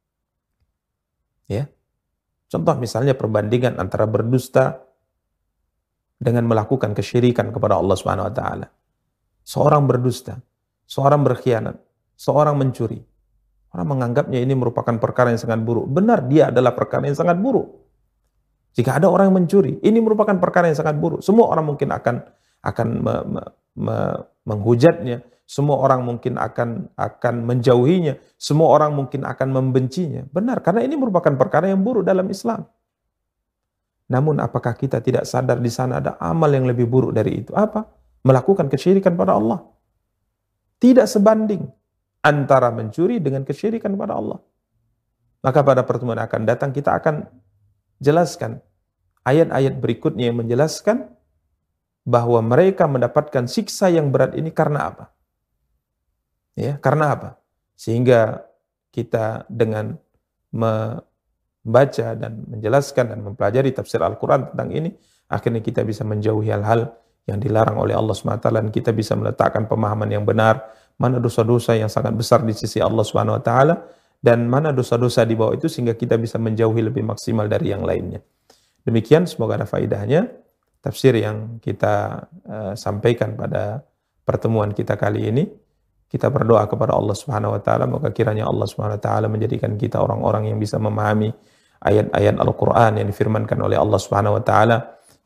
Ya. Contoh misalnya perbandingan antara berdusta dengan melakukan kesyirikan kepada Allah Subhanahu wa taala. Seorang berdusta, seorang berkhianat, seorang mencuri. Orang menganggapnya ini merupakan perkara yang sangat buruk. Benar, dia adalah perkara yang sangat buruk. Jika ada orang yang mencuri, ini merupakan perkara yang sangat buruk. Semua orang mungkin akan akan me, me, me, menghujatnya. Semua orang mungkin akan akan menjauhinya. Semua orang mungkin akan membencinya. Benar, karena ini merupakan perkara yang buruk dalam Islam. Namun apakah kita tidak sadar di sana ada amal yang lebih buruk dari itu? Apa? Melakukan kesyirikan pada Allah. Tidak sebanding antara mencuri dengan kesyirikan pada Allah. Maka pada pertemuan akan datang kita akan jelaskan ayat-ayat berikutnya yang menjelaskan bahwa mereka mendapatkan siksa yang berat ini karena apa? Ya, karena apa? Sehingga kita dengan membaca dan menjelaskan dan mempelajari tafsir Al-Quran tentang ini, akhirnya kita bisa menjauhi hal-hal yang dilarang oleh Allah subhanahu wa taala, dan kita bisa meletakkan pemahaman yang benar, mana dosa-dosa yang sangat besar di sisi Allah subhanahu wa taala, dan mana dosa-dosa di bawah itu, sehingga kita bisa menjauhi lebih maksimal dari yang lainnya. Demikian, semoga ada faedahnya tafsir yang kita uh, sampaikan pada pertemuan kita kali ini. Kita berdoa kepada Allah subhanahu wa taala, maka kiranya Allah subhanahu wa taala menjadikan kita orang-orang yang bisa memahami ayat-ayat Al-Quran yang difirmankan oleh Allah subhanahu wa taala,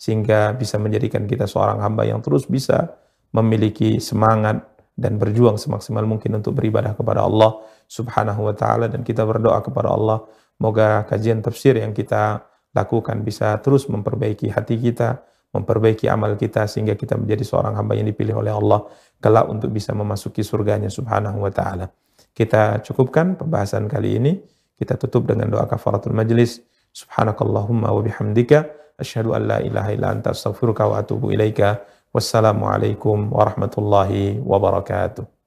sehingga bisa menjadikan kita seorang hamba yang terus bisa memiliki semangat dan berjuang semaksimal mungkin untuk beribadah kepada Allah Subhanahu wa taala. Dan kita berdoa kepada Allah, moga kajian tafsir yang kita lakukan bisa terus memperbaiki hati kita, memperbaiki amal kita, sehingga kita menjadi seorang hamba yang dipilih oleh Allah kelak untuk bisa memasuki surganya Subhanahu wa taala. Kita cukupkan pembahasan kali ini. Kita tutup dengan doa kafaratul majlis. Subhanakallahumma wa bihamdika asyhadu an la ilaha illa anta astaghfiruka wa atubu ilaika. Wassalamualaikum warahmatullahi wabarakatuh.